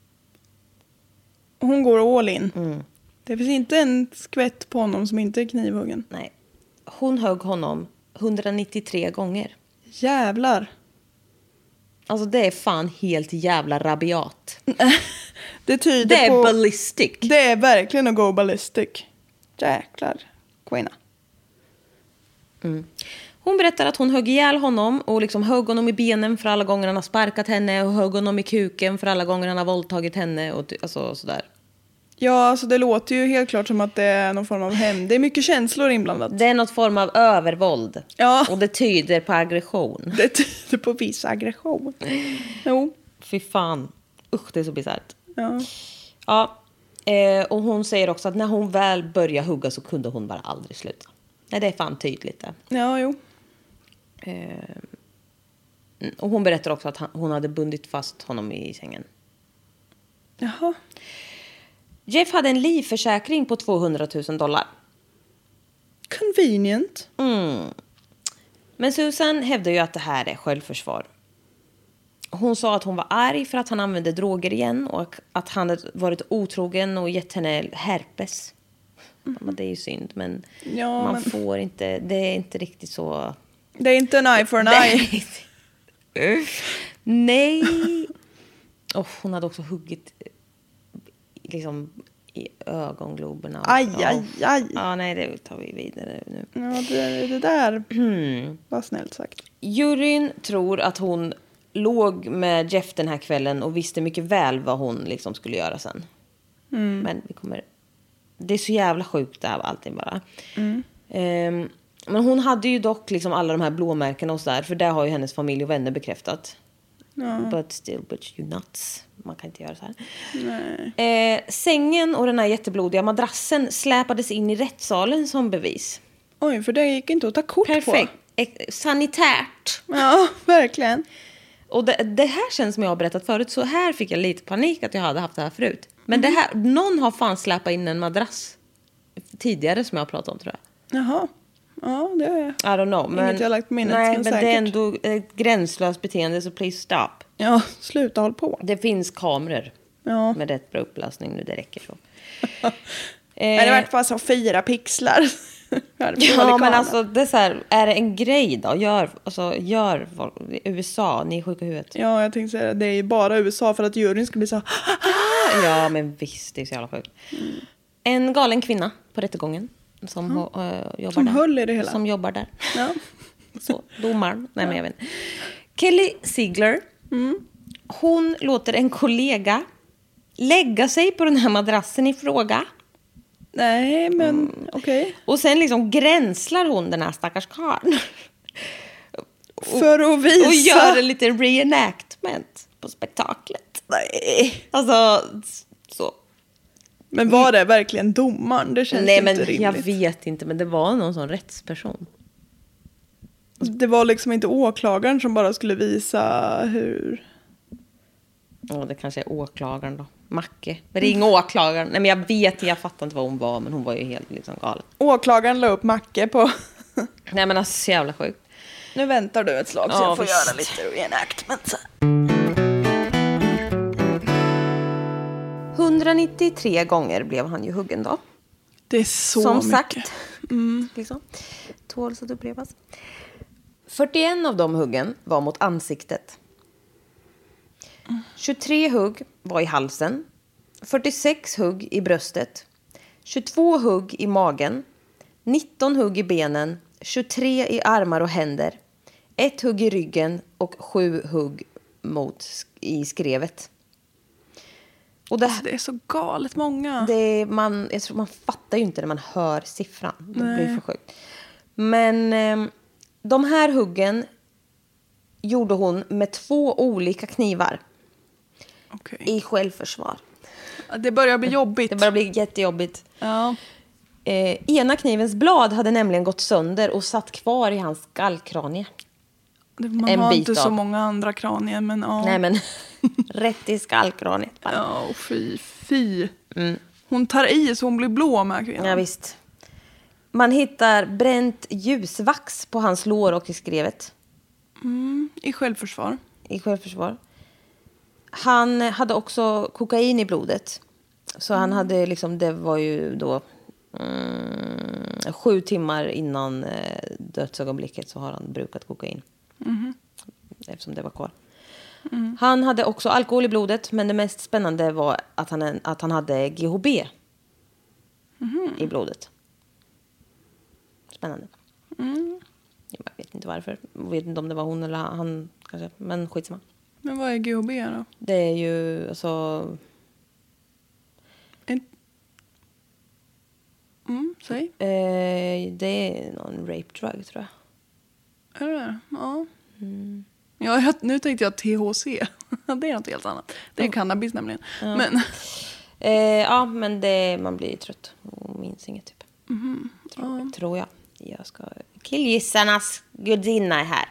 Hon går all in. Mm. Det finns inte en skvätt på honom som inte är knivhuggen. Nej. Hon högg honom hundranittiotre gånger. Jävlar. Alltså det är fan helt jävla rabiat. Det tyder Det är på... ballistic. Det är verkligen att go ballistic. Jäklar. Kvinna. Mm. Hon berättar att hon högg ihjäl honom och liksom högg honom i benen för alla gånger han har sparkat henne och högg honom i kuken för alla gånger han har våldtagit henne och alltså sådär. Ja, alltså det låter ju helt klart som att det är någon form av hämnd. Det är mycket känslor inblandat. Det är något form av övervåld. Ja. Och det tyder på aggression. Det tyder på viss aggression. Jo. Fy fan. Usch, det är så bisarrt. Ja. Ja. Eh, och hon säger också att när hon väl började hugga så kunde hon bara aldrig sluta. Nej, det är fan tydligt det. Ja, jo. Eh, och hon berättar också att han, hon hade bundit fast honom i sängen. Jaha. Jeff hade en livförsäkring på tvåhundratusen dollar. Convenient. Mm. Men Susan hävdar ju att det här är självförsvar. Hon sa att hon var arg för att han använde droger igen och att han hade varit otrogen och gett henne herpes. Mm. Men det är ju synd, men ja, man men... får inte, det är inte riktigt så... Det är inte en eye for an eye. Nej. Oh, hon hade också huggit liksom i ögongloberna. Aj, aj, aj. Ja, nej, det tar vi vidare nu. Ja, det, det där var snällt sagt. Juryn tror att hon låg med Jeff den här kvällen och visste mycket väl vad hon liksom skulle göra sen. Mm. Men vi kommer... Det är så jävla sjukt det här allting bara. Mm. Um, men hon hade ju dock liksom alla de här blåmärkena och så där. För det har ju hennes familj och vänner bekräftat. Ja. But still, but you nuts. Man kan inte göra så här. Nej. Eh, sängen och den här jätteblodiga madrassen släpades in i rättssalen som bevis. Oj, för det gick inte att ta kort Perfekt. på. Perfekt. Sanitärt. Ja, verkligen. Och det, det här känns som jag har berättat förut. Så här fick jag lite panik att jag hade haft det här förut. Men mm. det här, någon har fan släpat in en madrass tidigare som jag har pratat om, tror jag. Jaha. Ja, det är I don't know. Men, inget jag har lagt på minnet. Nej, men, men säkert. det är ändå ett gränslöst beteende, så please stop. Ja, sluta håll på. Det finns kameror ja. med rätt bra upplösning nu, det räcker så. eh, det var bara så fyra pixlar. Ja, men alltså, det är så här, är det en grej då? Gör, alltså, gör U S A, ni är sjuka i huvudet. Ja, jag tänkte säga det. Det är ju bara U S A för att juryn ska bli så... Ja, men visst, det är så jävla sjukt. Mm. En galen kvinna på rättegången. Som, mm. uh, jobbar som där. höll i det hela. Som jobbar där. Ja. Så, domaren. Nej, ja. men jag vet inte. Kelly Ziegler. Mm. Hon låter en kollega lägga sig på den här madrassen i fråga. Nej, men mm. okej. Okay. Och sen liksom gränslar hon den här stackars karln. För att visa. Och gör en liten reenactment på spektaklet. Nej. Alltså, så. Men var det verkligen domaren? Det känns Nej, inte men rimligt. Jag vet inte, men det var någon sån rättsperson. Det var liksom inte åklagaren som bara skulle visa hur... Ja, det kanske är åklagaren då. Macke. Men det är ingen åklagaren. Nej, men jag vet, jag fattar inte vad hon var, men hon var ju helt liksom galen. Åklagaren la upp Macke på... Nej, men alltså, så jävla sjukt. Nu väntar du ett slag så ja, jag får visst. göra lite reenactment. hundranittiotre gånger blev han ju huggen då. Det är så Som mycket. sagt. Mm. Liksom. Tåls att upprepas. fyrtioen av de huggen var mot ansiktet. tjugotre hugg var i halsen. fyrtiosex hugg i bröstet. tjugotvå hugg i magen. nitton hugg i benen. tjugotre i armar och händer. Ett hugg i ryggen och sju hugg mot i skrevet. Och det, alltså, det är så galet många. Det, man, jag tror man fattar ju inte när man hör siffran. Det Nej. blir för sjukt. Men eh, de här huggen gjorde hon med två olika knivar. Okay. I självförsvar. Det börjar bli jobbigt. Det börjar bli jättejobbigt. Ja. Eh, ena knivens blad hade nämligen gått sönder och satt kvar i hans skallkranie. Man en har bit inte av. så många andra kranier, men ja. Nej, men rätt i skallkraniet bara. Ja, fy, fy. Mm. Hon tar i så hon blir blå med kvinnan. Ja, visst. Man hittar bränt ljusvax på hans lår och i skrevet. Mm, i självförsvar. I självförsvar. Han hade också kokain i blodet. Så han hade liksom, det var ju då mm, sju timmar innan eh, dödsögonblicket så har han brukat kokain. Mm. Eftersom det var kvar. Mm. Han hade också alkohol i blodet, men det mest spännande var att han, att han hade G H B mm. i blodet. Spännande. Mm. Jag vet inte varför. Jag vet inte om det var hon eller han kanske, men skitsamma. Men vad är G H B då? Det är ju alltså... En... Mm, säg. Eh, det är någon rape drug, tror jag. Är det det? Ja. Mm. Ja, jag, nu tänkte jag T H C. Det är något helt annat. Det är mm. cannabis nämligen. Ja. Men... Eh, ja, men det, man blir trött och minns inget typ. Mm. Tror, Ja. tror jag. Jag ska... Killgissarnas gudinna är här.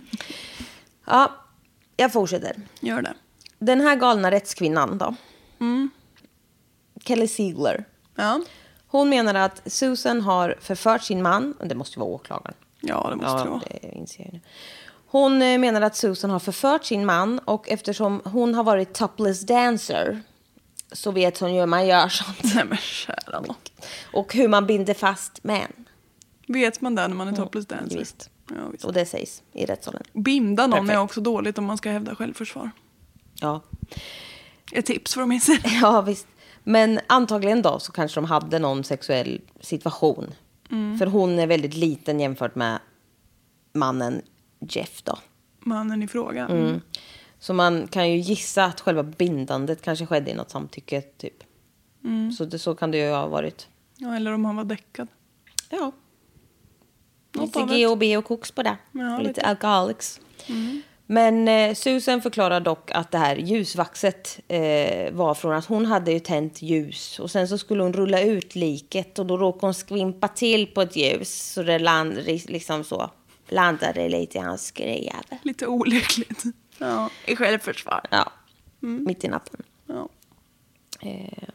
Ja, jag fortsätter. Gör det. Den här galna rättskvinnan då. Mm. Kelly Ziegler. Ja. Hon menar att Susan har förfört sin man. Och det måste ju vara åklagaren. Ja, det måste ja, det vara. Det inser jag nu. Hon eh, menar att Susan har förfört sin man. Och eftersom hon har varit topless dancer så vet hon ju hur man gör sånt. Nej, men kära nån. Och hur man binder fast män. Vet man det när man är topless dancer? Mm, visst. Ja, visst. Och det sägs i rättssalen. Binda någon Perfekt. är också dåligt om man ska hävda självförsvar. Ja. Ett tips från min sida. Ja, visst. Men antagligen då så kanske de hade någon sexuell situation. Mm. För hon är väldigt liten jämfört med mannen Jeff då. Mannen i fråga. Mm. Mm. Så man kan ju gissa att själva bindandet kanske skedde i något samtycke typ. Mm. Så, det, så kan det ju ha varit. Ja, eller om han var däckad. Ja. Något Lite av G H B och koks på det. Ja, och lite lite. alkoholics. Mm. Men eh, Susan förklarar dock att det här ljusvaxet eh, var från att hon hade ju tänt ljus. Och sen så skulle hon rulla ut liket och då råkade hon skvimpa till på ett ljus. Så det land, liksom så, landade lite i hans skrev. Lite olyckligt. Ja, i självförsvar. Ja, Mm. mitt i natten. Ja. Eh,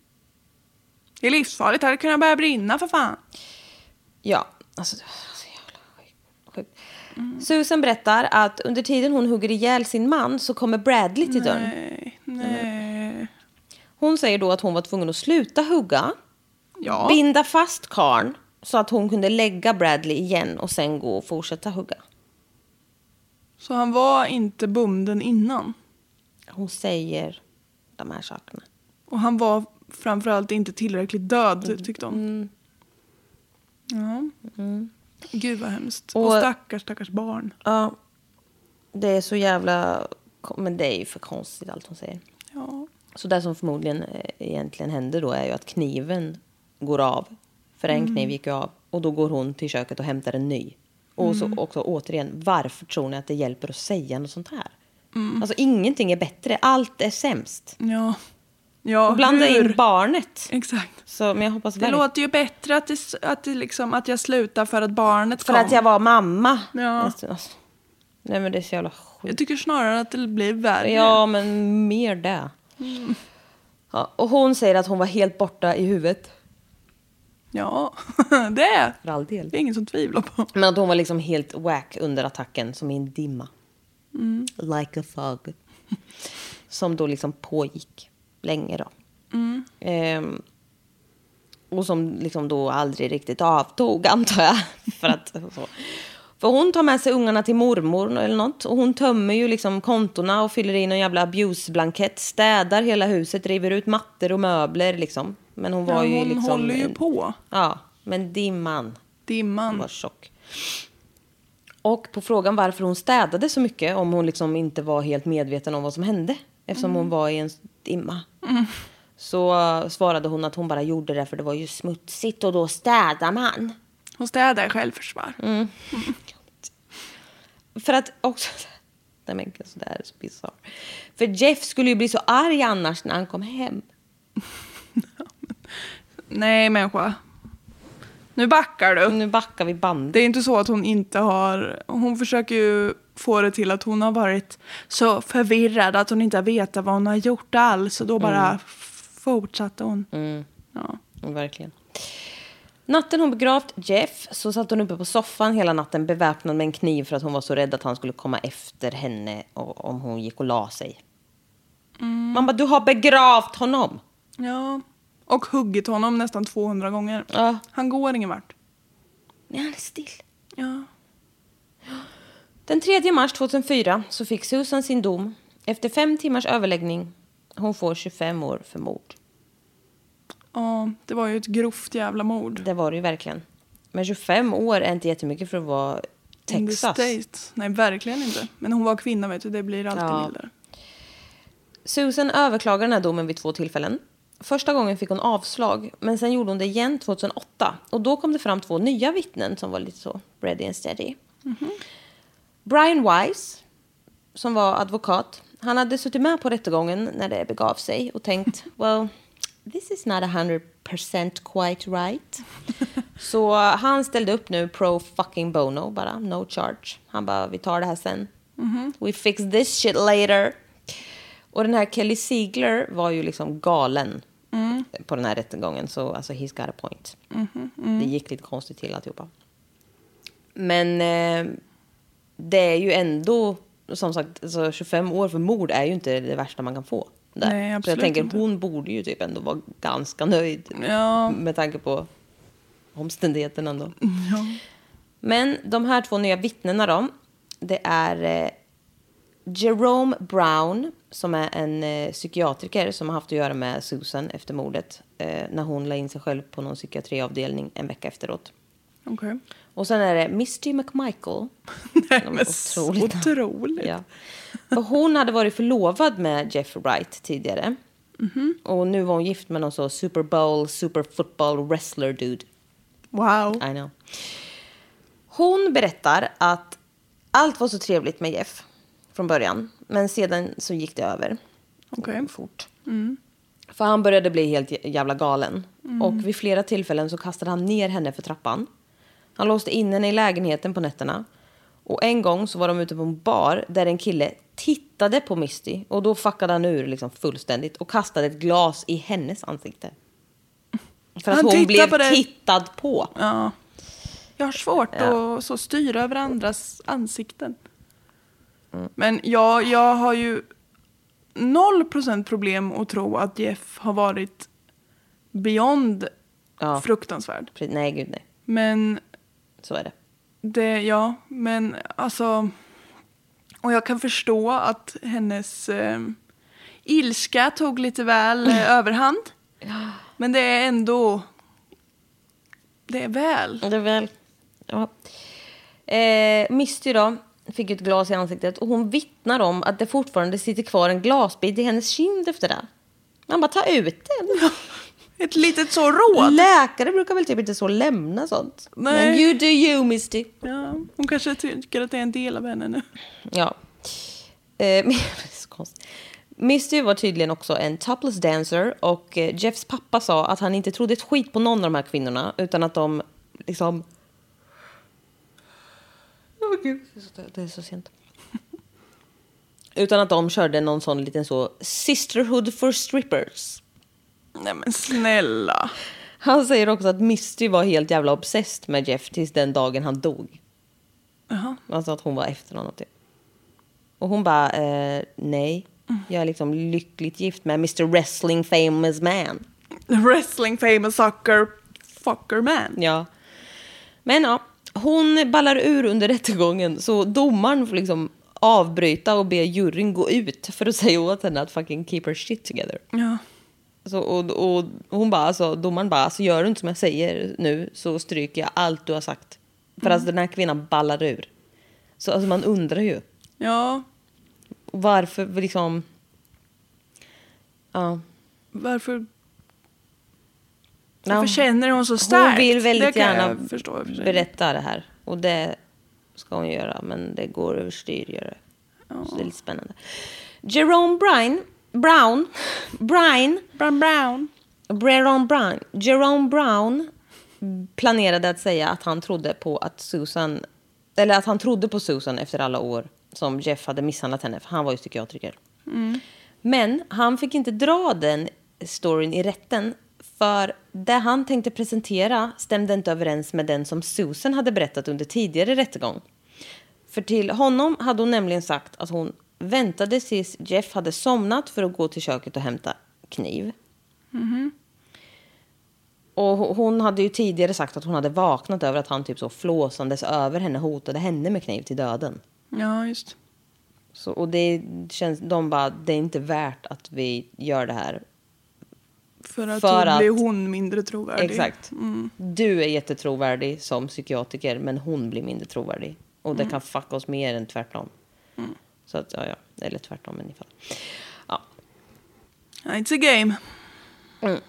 Det är livsfarligt, hade kunnat börja brinna för fan. ja, alltså det var så jävla sjukt. sjukt. Mm. Susan berättar att under tiden hon hugger ihjäl sin man så kommer Bradley till dörren. Nej, nej. Hon säger då att hon var tvungen att sluta hugga. Ja. Binda fast karn så att hon kunde lägga Bradley igen och sen gå och fortsätta hugga. Så han var inte bunden innan. Hon säger de här sakerna. Och han var framförallt inte tillräckligt död, tyckte hon. Mm. Ja. Mm. Gud vad hemskt. Och- Och, stackars, stackars barn. Ja, det är så jävla... Men det är ju för konstigt allt hon säger. Ja. Så det som förmodligen eh, egentligen händer då är ju att kniven går av. För en kniv gick ju av. Och då går hon till köket och hämtar en ny. Och så också återigen, varför tror ni att det hjälper att säga något sånt här? Alltså ingenting är bättre, allt är sämst. Ja. Ja, Och blanda hur? in barnet. Exakt. Så, men jag hoppas Det verkligen. låter ju bättre att, det, att, det liksom, att jag slutar för att barnet För kom. att jag var mamma. Ja. Alltså, nej men det är så jävla skit. Jag tycker snarare att det blir värre. Ja, men mer det. Mm. Ja, och hon säger att hon var helt borta i huvudet. Ja, det är För all del. det är ingen som tvivlar på. Men att hon var liksom helt whack under attacken. Som i en dimma. Mm. Like a fog. Som då liksom pågick länge då. Mm. Ehm, och som liksom då aldrig riktigt avtog, antar jag. För att så. För hon tar med sig ungarna till mormor eller något. Och hon tömmer ju liksom kontorna och fyller in en jävla abuse-blankett. Städar hela huset, river ut mattor och möbler liksom. Men hon var Ja, ju hon liksom... håller ju på. Ja, men dimman. Hon Dimman. var tjock. Och på frågan varför hon städade så mycket, om hon liksom inte var helt medveten om vad som hände, eftersom hon var i en dimma, Mm. så uh, svarade hon att hon bara gjorde det för det var ju smutsigt och då städar man. Hon städar i självförsvar. Mm. För att också... Nej men alltså, det här är så bizarrt. För Jeff skulle ju bli så arg annars när han kom hem. Nej, människa. Nu backar du. Nu backar vi bandet. Det är inte så att hon inte har... Hon försöker ju få det till att hon har varit så förvirrad att hon inte har vetat vad hon har gjort alls. Och då bara mm. fortsatte hon. Mm. Ja. Verkligen. Natten hon begravt Jeff så satt hon uppe på soffan hela natten beväpnad med en kniv för att hon var så rädd att han skulle komma efter henne och, om hon gick och la sig. Mm. Man bara, du har begravt honom. Ja, och huggit honom nästan tvåhundra gånger. Ja. Han går ingen vart. Nej, han är still. Ja. Den tredje mars tjugohundrafyra så fick Susan sin dom. Efter fem timmars överläggning. Hon får tjugofem år för mord. Ja, det var ju ett grovt jävla mord. Det var det ju verkligen. Men tjugofem år är inte jättemycket för att vara Texas. Nej, verkligen inte. Men hon var kvinna, vet du. Det blir alltid ja. mildare. Susan överklagade den här domen vid två tillfällen. Första gången fick hon avslag. Men sen gjorde hon det igen tjugohundraåtta. Och då kom det fram två nya vittnen som var lite så ready and steady. Mm-hmm. Brian Wise, som var advokat. Han hade suttit med på rättegången när det begav sig. Och tänkt, well, this is not one hundred percent quite right. Så han ställde upp nu pro fucking bono bara. No charge. Han bara, vi tar det här sen. Mm-hmm. We fix this shit later. Och den här Kelly Ziegler var ju liksom galen mm. på den här rättegången. Så alltså, he's got a point. Mm-hmm. Mm. Det gick lite konstigt till alltihopa. Men eh, det är ju ändå, som sagt, alltså, tjugofem år för mord är ju inte det värsta man kan få. Där. Nej, absolut så jag tänker, inte. hon borde ju typ ändå vara ganska nöjd. Ja. Med tanke på omständigheterna ändå. Ja. Men de här två nya vittnena då. Det är eh, Jerome Brown, som är en eh, psykiatriker som har haft att göra med Susan efter mordet. Eh, när hon la in sig själv på någon psykiatriavdelning en vecka efteråt. Okej. Okay. Och sen är det Misty McMichael. Nej, men otroligt. otroligt. Ja. För hon hade varit förlovad med Jeff Wright tidigare. Mm-hmm. Och nu var hon gift med någon så Super Bowl, Super Football Wrestler dude. Wow. I know. Hon berättar att allt var så trevligt med Jeff från början. Men sedan så gick det över. Okej. Okay. Fort. Mm. För han började bli helt jävla galen. Mm. Och vid flera tillfällen så kastade han ner henne för trappan. Han låste in henne i lägenheten på nätterna. Och en gång så var de ute på en bar där en kille tittade på Misty. Och då fuckade han ur liksom fullständigt och kastade ett glas i hennes ansikte. För att han hon blev på tittad på. Ja. Jag har svårt ja. att så styra över andras ansikten. Mm. Men jag, jag har ju noll procent problem att tro att Jeff har varit beyond ja. fruktansvärd. Nej, gud nej. Men så är det. Det, ja, men alltså, och jag kan förstå att hennes eh, ilska tog lite väl eh, överhand. Ja. Men det är ändå, det är väl. Det är väl, ja. Eh, Misty då fick ett glas i ansiktet och hon vittnar om att det fortfarande sitter kvar en glasbit i hennes kind efter det. Man bara, ta ut den. Ett litet så råd. Läkare brukar väl typ inte så lämna sånt. Nej. Men you do you, Misty. Ja, hon kanske tycker att det är en del av henne nu. Ja. Eh, Misty var tydligen också en topless dancer. Och Jeffs pappa sa att han inte trodde ett skit på någon av de här kvinnorna. Utan att de liksom... Åh oh, gud, det är så sent. Utan att de körde någon sån liten så sisterhood for strippers. Nej men snälla. Han säger också att Misty var helt jävla obsessed med Jeff tills den dagen han dog. Uh-huh. Alltså att hon var efter honom typ. Och hon bara, eh, nej. Mm. Jag är liksom lyckligt gift med mister Wrestling famous man. Wrestling famous sucker fucker man. Ja. Men ja, hon ballar ur under rättegången. Så domaren får liksom avbryta och be juryn gå ut för att säga åt henne att fucking keep her shit together. Ja. Så, och, och hon bara, alltså, domaren bara, alltså, gör du inte som jag säger nu så stryker jag allt du har sagt. För mm. alltså den här kvinnan ballar ur. Så alltså, man undrar ju. Ja. Varför liksom... Ja. Varför... Ja. Varför känner hon så starkt? Hon vill väldigt det gärna förstå, berätta det här. Och det ska hon göra. Men det går överstyr göra. Ja. Så det är lite spännande. Jerome Brown... Brown, Brian, Brown, Brown, Jerome Brown, Jerome Brown planerade att säga att han trodde på att Susan, eller att han trodde på Susan efter alla år som Jeff hade misshandlat henne. För han var ju psykiatriker. Mm. Men han fick inte dra den storyn i rätten. För det han tänkte presentera stämde inte överens med den som Susan hade berättat under tidigare rättegång. För till honom hade hon nämligen sagt att hon väntade tills Jeff hade somnat för att gå till köket och hämta kniv. Mm-hmm. Och hon hade ju tidigare sagt att hon hade vaknat över att han typ så flåsandes över henne hotade henne med kniv till döden. Ja, just. Så, och det känns, de bara, det är inte värt att vi gör det här. För att för då att, blir hon mindre trovärdig. Exakt. Mm. Du är jättetrovärdig som psykiatriker, men hon blir mindre trovärdig. Och det mm. kan fucka oss mer än tvärtom. Mm. Så att, ja, ja. Eller tvärtom, men i fall. Ja. It's a game. Mm.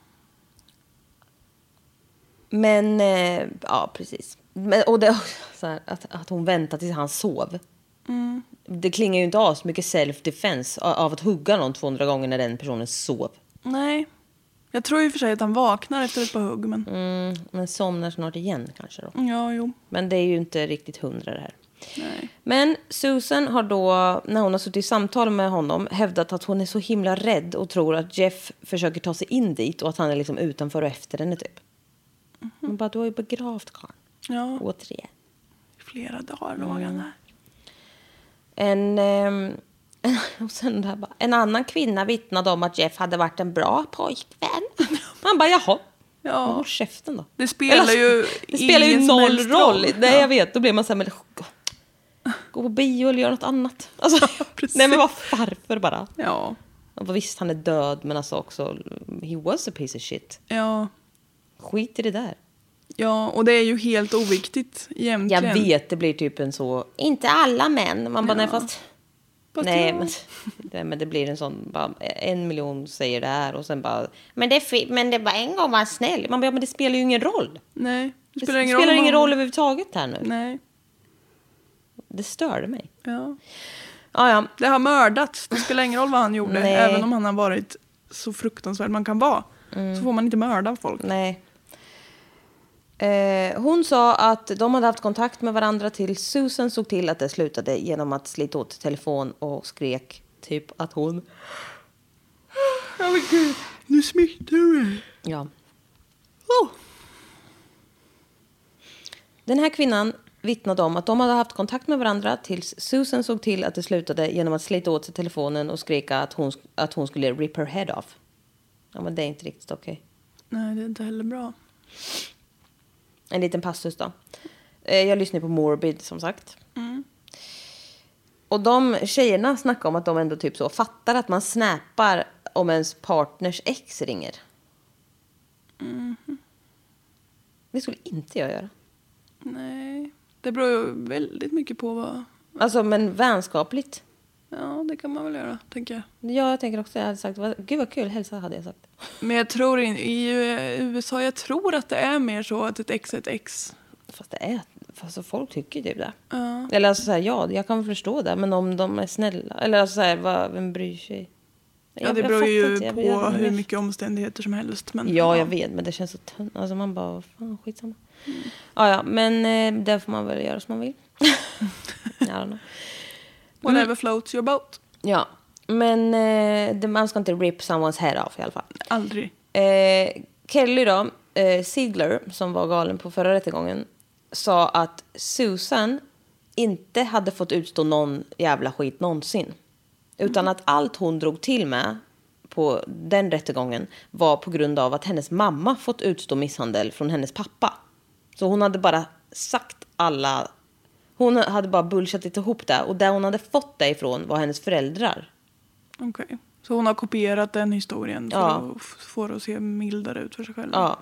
Men, eh, ja, precis. Men, och det, så här, att, att hon väntar tills han sov. Mm. Det klingar ju inte av så mycket self-defense av, av att hugga någon tvåhundra gånger när den personen sov. Nej. Jag tror ju för sig att han vaknar efter ett par hugg. Men, mm, men somnar snart igen kanske då. Ja, jo. Men det är ju inte riktigt hundra det här. Nej. Men Susan har då, när hon har suttit i samtal med honom, hävdat att hon är så himla rädd och tror att Jeff försöker ta sig in dit och att han är liksom utanför och efter henne typ. Mm-hmm. Men bara, du har ju begravt karl. Ja. Återigen. Flera dagar låg han där. En, eh, och sen där bara, en annan kvinna vittnade om att Jeff hade varit en bra pojkvän. Man bara, jaha. Ja. Håll käften då. Det spelar Eller, ju det spelar ju noll roll. roll. Nej, ja. jag vet. Då blir man så här, men gå på bio eller göra något annat. Alltså, ja, nej, men vad farför bara. Ja. Och visst, han är död, men alltså också, he was a piece of shit. Ja. Skit i det där. Ja, och det är ju helt oviktigt egentligen. Jag vet, det blir typ en så, inte alla män. Man bara, ja. nej, fast... Fast nej, men, det, men det blir en sån, bara, en miljon säger det här och sen bara, men det, men det var en gång var snäll. Man bara, men det spelar ju ingen roll. Nej, det spelar, det ingen, spelar roll ingen roll överhuvudtaget här nu. Nej. Det störde mig. Ja. Ah, ja. Det har mördats. Det spelar ingen roll vad han gjorde. Nej. Även om han har varit så fruktansvärd man kan vara. Mm. Så får man inte mörda folk. Nej. Eh, hon sa att de hade haft kontakt med varandra till Susan såg till att det slutade genom att slita åt telefon och skrek typ att hon... Ja, men gud. Nu smittar du. Ja. Oh. Den här kvinnan vittnade om att de hade haft kontakt med varandra tills Susan såg till att det slutade genom att slita åt sig telefonen och skrika att hon, att hon skulle rip her head off. Ja, men det är inte riktigt okej. Okay. Nej, det är inte heller bra. En liten passus då. Jag lyssnar på Morbid som sagt. Mm. Och de tjejerna snackar om att de ändå typ så fattar att man snappar om ens partners ex ringer. Mm. Det skulle inte jag göra. Nej, det beror ju väldigt mycket på vad... Alltså, men vänskapligt. Ja, det kan man väl göra, tänker jag. Ja, jag tänker också, jag hade sagt, gud vad kul, hälsa hade jag sagt. Men jag tror in, i U S A, jag tror att det är mer så att ett ex är ett ex. Fast det är, fast folk tycker typ det. Ja. Eller alltså så här, ja, jag kan förstå det, men om de är snälla, eller alltså så här, vad, vem bryr sig? Ja, det beror ju på jag, hur mycket omständigheter som helst. Men, ja, ja, jag vet, men det känns så tunt. Alltså man bara, fan, skitsamma. Mm. Ja, ja, men eh, det får man väl göra som man vill. I don't know. Whatever mm. floats your boat. Ja, men eh, man ska inte rip someone's head off i alla fall. Aldrig. Eh, Kelly då, eh, Ziegler, som var galen på förra rättegången, sa att Susan inte hade fått utstå någon jävla skit någonsin. Utan att allt hon drog till med på den rättegången var på grund av att hennes mamma fått utstå misshandel från hennes pappa. Så hon hade bara sagt alla... Hon hade bara bullshittat ihop det. Och där hon hade fått det ifrån var hennes föräldrar. Okej. Okay. Så hon har kopierat den historien för ja. att få det att se mildare ut för sig själv. Ja.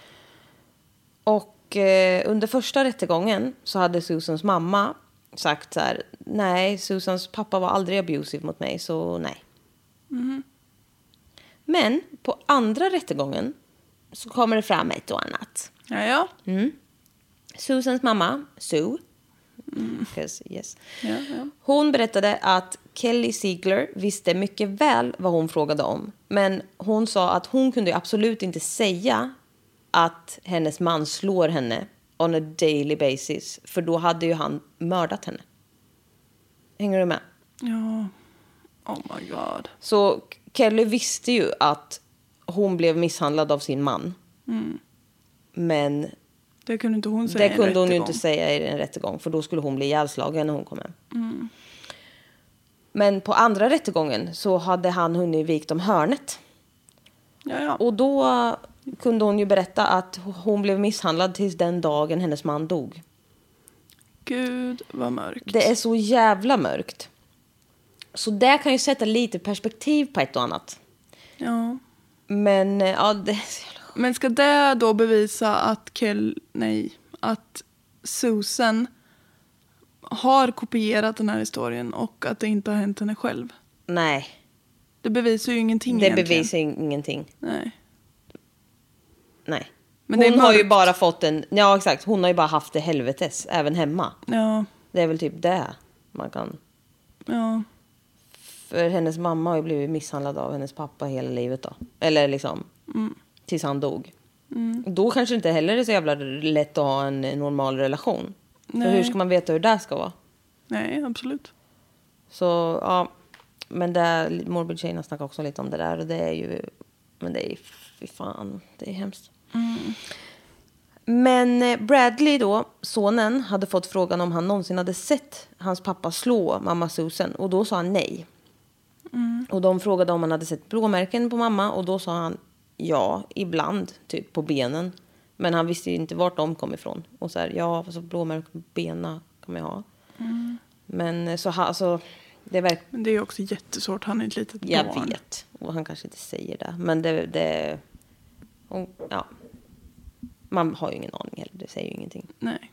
Och eh, under första rättegången så hade Susans mamma sagt så här: nej, Susans pappa var aldrig abusive mot mig, så nej. Mm. Men på andra rättegången så kommer det fram ett och annat. Ja, ja. Mm. Susans mamma, Sue, mm. yes. ja, ja. hon berättade att Kelly Ziegler visste mycket väl vad hon frågade om. Men hon sa att hon kunde absolut inte säga att hennes man slår henne on a daily basis. För då hade ju han mördat henne. Hänger du med? Ja. Oh my god. Så Kelly visste ju att hon blev misshandlad av sin man. Mm. Men det kunde inte hon säga det kunde hon ju rättegång. inte säga i en rättegång. För då skulle hon bli ihjälslagen när hon kom hem. Mm. Men på andra rättegången så hade han hunnit vikt om hörnet. Ja, ja. Och då kunde hon ju berätta att hon blev misshandlad tills den dagen hennes man dog. Gud, vad mörkt. Det är så jävla mörkt. Så det kan ju sätta lite perspektiv på ett och annat. Ja. Men ja, det är så jävla... Men ska det då bevisa att Kel... Nej. Att Susan har kopierat den här historien och att det inte har hänt henne själv? Nej. Det bevisar ju ingenting Det egentligen. bevisar ingenting. Nej. Nej. Men det är hon har ju mörkt. bara fått en... Ja, exakt. Hon har ju bara haft det helvetes, även hemma. Ja. Det är väl typ det man kan... Ja. För hennes mamma har ju blivit misshandlad av hennes pappa hela livet då. Eller liksom, Mm. tills han dog. Mm. Då kanske inte heller är så jävla lätt att ha en normal relation. Nej. För hur ska man veta hur det ska vara? Nej, absolut. Så, ja. Men det, Morbid Tjejerna snackar också lite om det där. Och det är ju... Men det är fy fan. Det är hemskt. Mm. Men Bradley då, sonen, hade fått frågan om han någonsin hade sett hans pappa slå mamma Susan. Och då sa han nej. Mm. Och de frågade om han hade sett blåmärken på mamma. Och då sa han ja, ibland, typ på benen. Men han visste ju inte vart de kom ifrån. Och så här, ja, alltså blåmärken på benen kan man ju ha. Mm. Men så ha, alltså, det verkar... Men det är ju också jättesvårt, han är ett litet Jag barn. vet. Och han kanske inte säger det. Men det... det och, ja. Man har ju ingen aning heller. Det säger ju ingenting. Nej.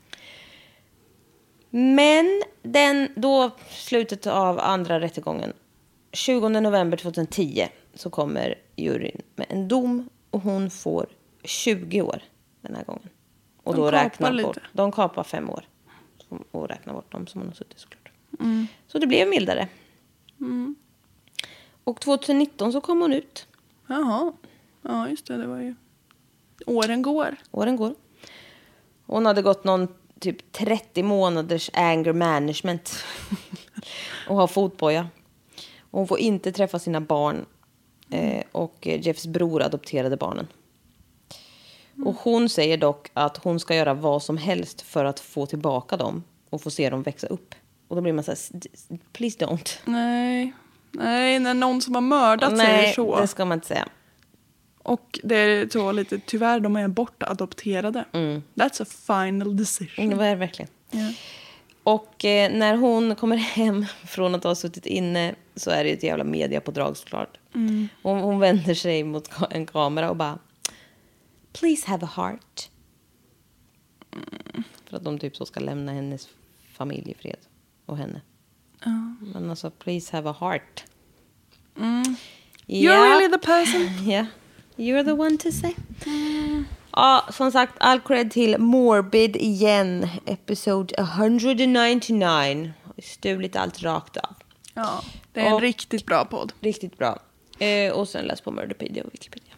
Men den då slutet av andra rättegången. tjugonde november tjugohundratio så kommer juryn med en dom. Och hon får tjugo år den här gången. Och De då kapar räknar lite. bort. De kapar fem år. Och räknar bort dem som hon har suttit såklart. Mm. Så det blev mildare. Mm. Och tjugonitton så kom hon ut. Jaha. Ja, just det. Det var ju... Åren går. Åren går. Hon hade gått någon typ trettio månaders anger management. Och har fotboja. Och hon får inte träffa sina barn. Eh, och Jeffs bror adopterade barnen. Mm. Och hon säger dock att hon ska göra vad som helst för att få tillbaka dem. Och få se dem växa upp. Och då blir man så här, please don't. Nej. Nej, när någon som har mördat Nej, säger så. det ska man inte säga. Och det är så lite, tyvärr de är bortadopterade. Mm. That's a final decision. Det var det verkligen. Yeah. Och eh, när hon kommer hem från att ha suttit inne så är det ett jävla mediapådrag såklart. Mm. Hon, hon vänder sig mot ka- en kamera och bara please have a heart. Mm. För att de typ så ska lämna hennes familj i fred. Och henne. Uh. Men alltså please have a heart. Mm. Yeah. You're really the person. Yeah. You're the one to say. Mm. Ja, som sagt, all cred till Morbid igen. Episode etthundranittionio. Stulit allt rakt av. Ja, det är en Och- riktigt bra podd. Riktigt bra. Eh, och sen läs på Murderpedia och Wikipedia.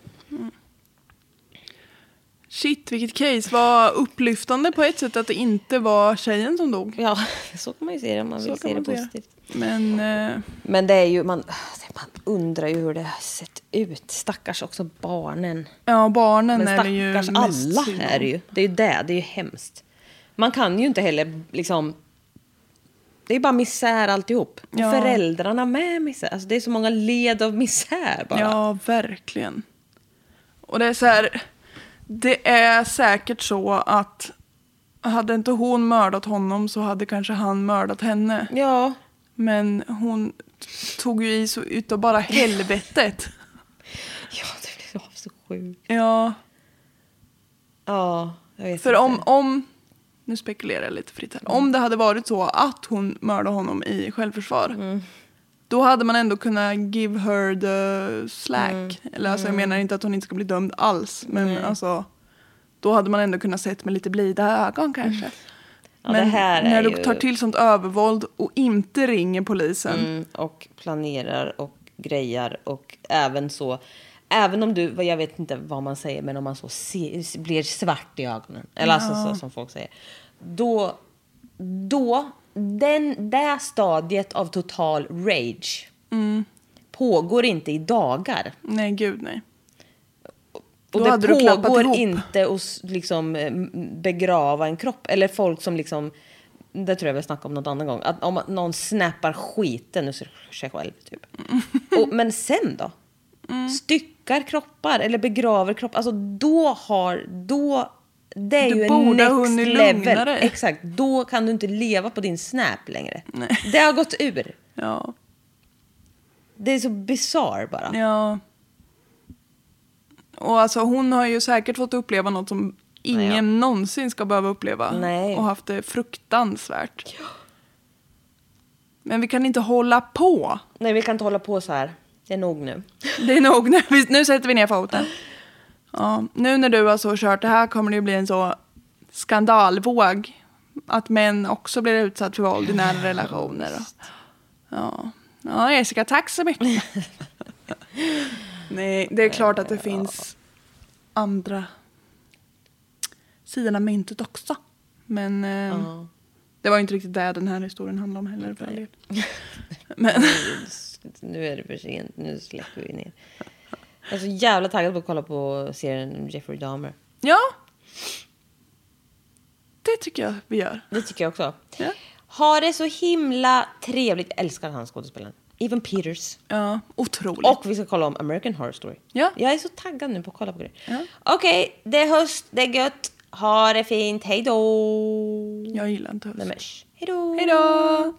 Shit, vilket case. Var upplyftande på ett sätt att det inte var tjejen som dog. Ja, så kan man ju se det om man Så vill kan se det man se det. positivt. Men eh, Men det är ju, man, man undrar ju hur det har sett ut. Stackars också barnen. ja, barnen Men är det ju stackars mest alla synd om. är det ju. Det är ju det, det är ju hemskt. Man kan ju inte heller liksom... Det är bara misär alltihop. Och Ja. föräldrarna med misär. Alltså det är så många led av misär bara. Ja, verkligen. Och det är så här, det är säkert så att hade inte hon mördat honom så hade kanske han mördat henne. Ja. Men hon tog ju i så utav bara helvetet. Ja, det blir så, så sjukt. Ja, Ja, jag vet för inte. om, om, nu spekulerar jag lite fritt här. Om det hade varit så att hon mördade honom i självförsvar. Mm. Då hade man ändå kunnat give her the slack. Mm. Eller alltså jag menar inte att hon inte ska bli dömd alls. Men alltså, då hade man ändå kunnat sett med lite blida ögon kanske. Ja, men det här är när du ju- tar till sånt övervåld och inte ringer polisen. Mm, och planerar och grejar och även så, även om du, jag vet inte vad man säger, men om man så se, blir svart i ögonen, eller alltså så som folk säger, då, då den, det stadiet av total rage mm. pågår inte i dagar. Nej, gud nej. Och Då det hade du klappat pågår ihop. inte att liksom begrava en kropp. Eller folk som liksom, det tror jag vi snackade om någon annan gång. Att om någon snappar skiten ur sig själv typ. Mm. Och, men sen då? Mm. Styckar kroppar eller begraver kroppar. Alltså då har, då, det är du ju en next level. Exakt, då kan du inte leva på din snap längre. Nej. Det har gått ur. Ja. Det är så bizarr bara. Ja. Och alltså hon har ju säkert fått uppleva något som ingen Nej, ja. någonsin ska behöva uppleva. Nej. Och haft det fruktansvärt. Ja. Men vi kan inte hålla på. Nej, vi kan inte hålla på så här. Det är nog nu. Det är nog nu. Nu sätter vi ner foten. Ja, nu när du har så kört det här kommer det ju bli en så skandalvåg. Att män också blir utsatt för våld i nära relationer. Ja. Ja, Jessica, tack så mycket. Nej, det är klart att det finns andra sidan av myntet också. Men eh, ja. det var inte riktigt det den här historien handlar om heller. För Men nu är det för sent. Nu släpper vi ner. Jag är så jävla taggad på att kolla på serien Jeffrey Dahmer. Ja. Det tycker jag vi gör. Det tycker jag också. Ja. Har det så himla trevligt. Älskar han skådespelaren. Evan Peters. Ja, otroligt. Och vi ska kolla om American Horror Story. Ja. Jag är så taggad nu på att kolla på det. Ja. Okej, okay, det är höst. Det är gött. Ha det fint. Hej då. Jag gillar inte höst. Nej, hej då. Hej då.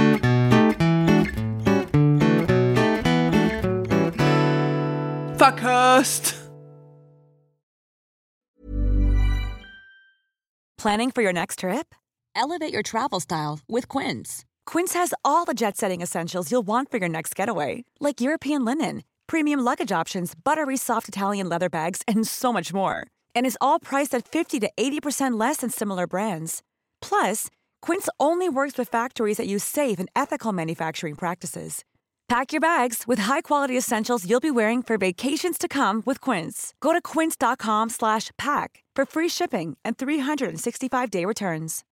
Fuck höst. Planning for your next trip? Elevate your travel style with Quince. Quince has all the jet-setting essentials you'll want for your next getaway, like European linen, premium luggage options, buttery soft Italian leather bags, and so much more. And is all priced at fifty to eighty percent less than similar brands. Plus, Quince only works with factories that use safe and ethical manufacturing practices. Pack your bags with high-quality essentials you'll be wearing for vacations to come with Quince. Go to quince.com slash pack for free shipping and three sixty-five day returns.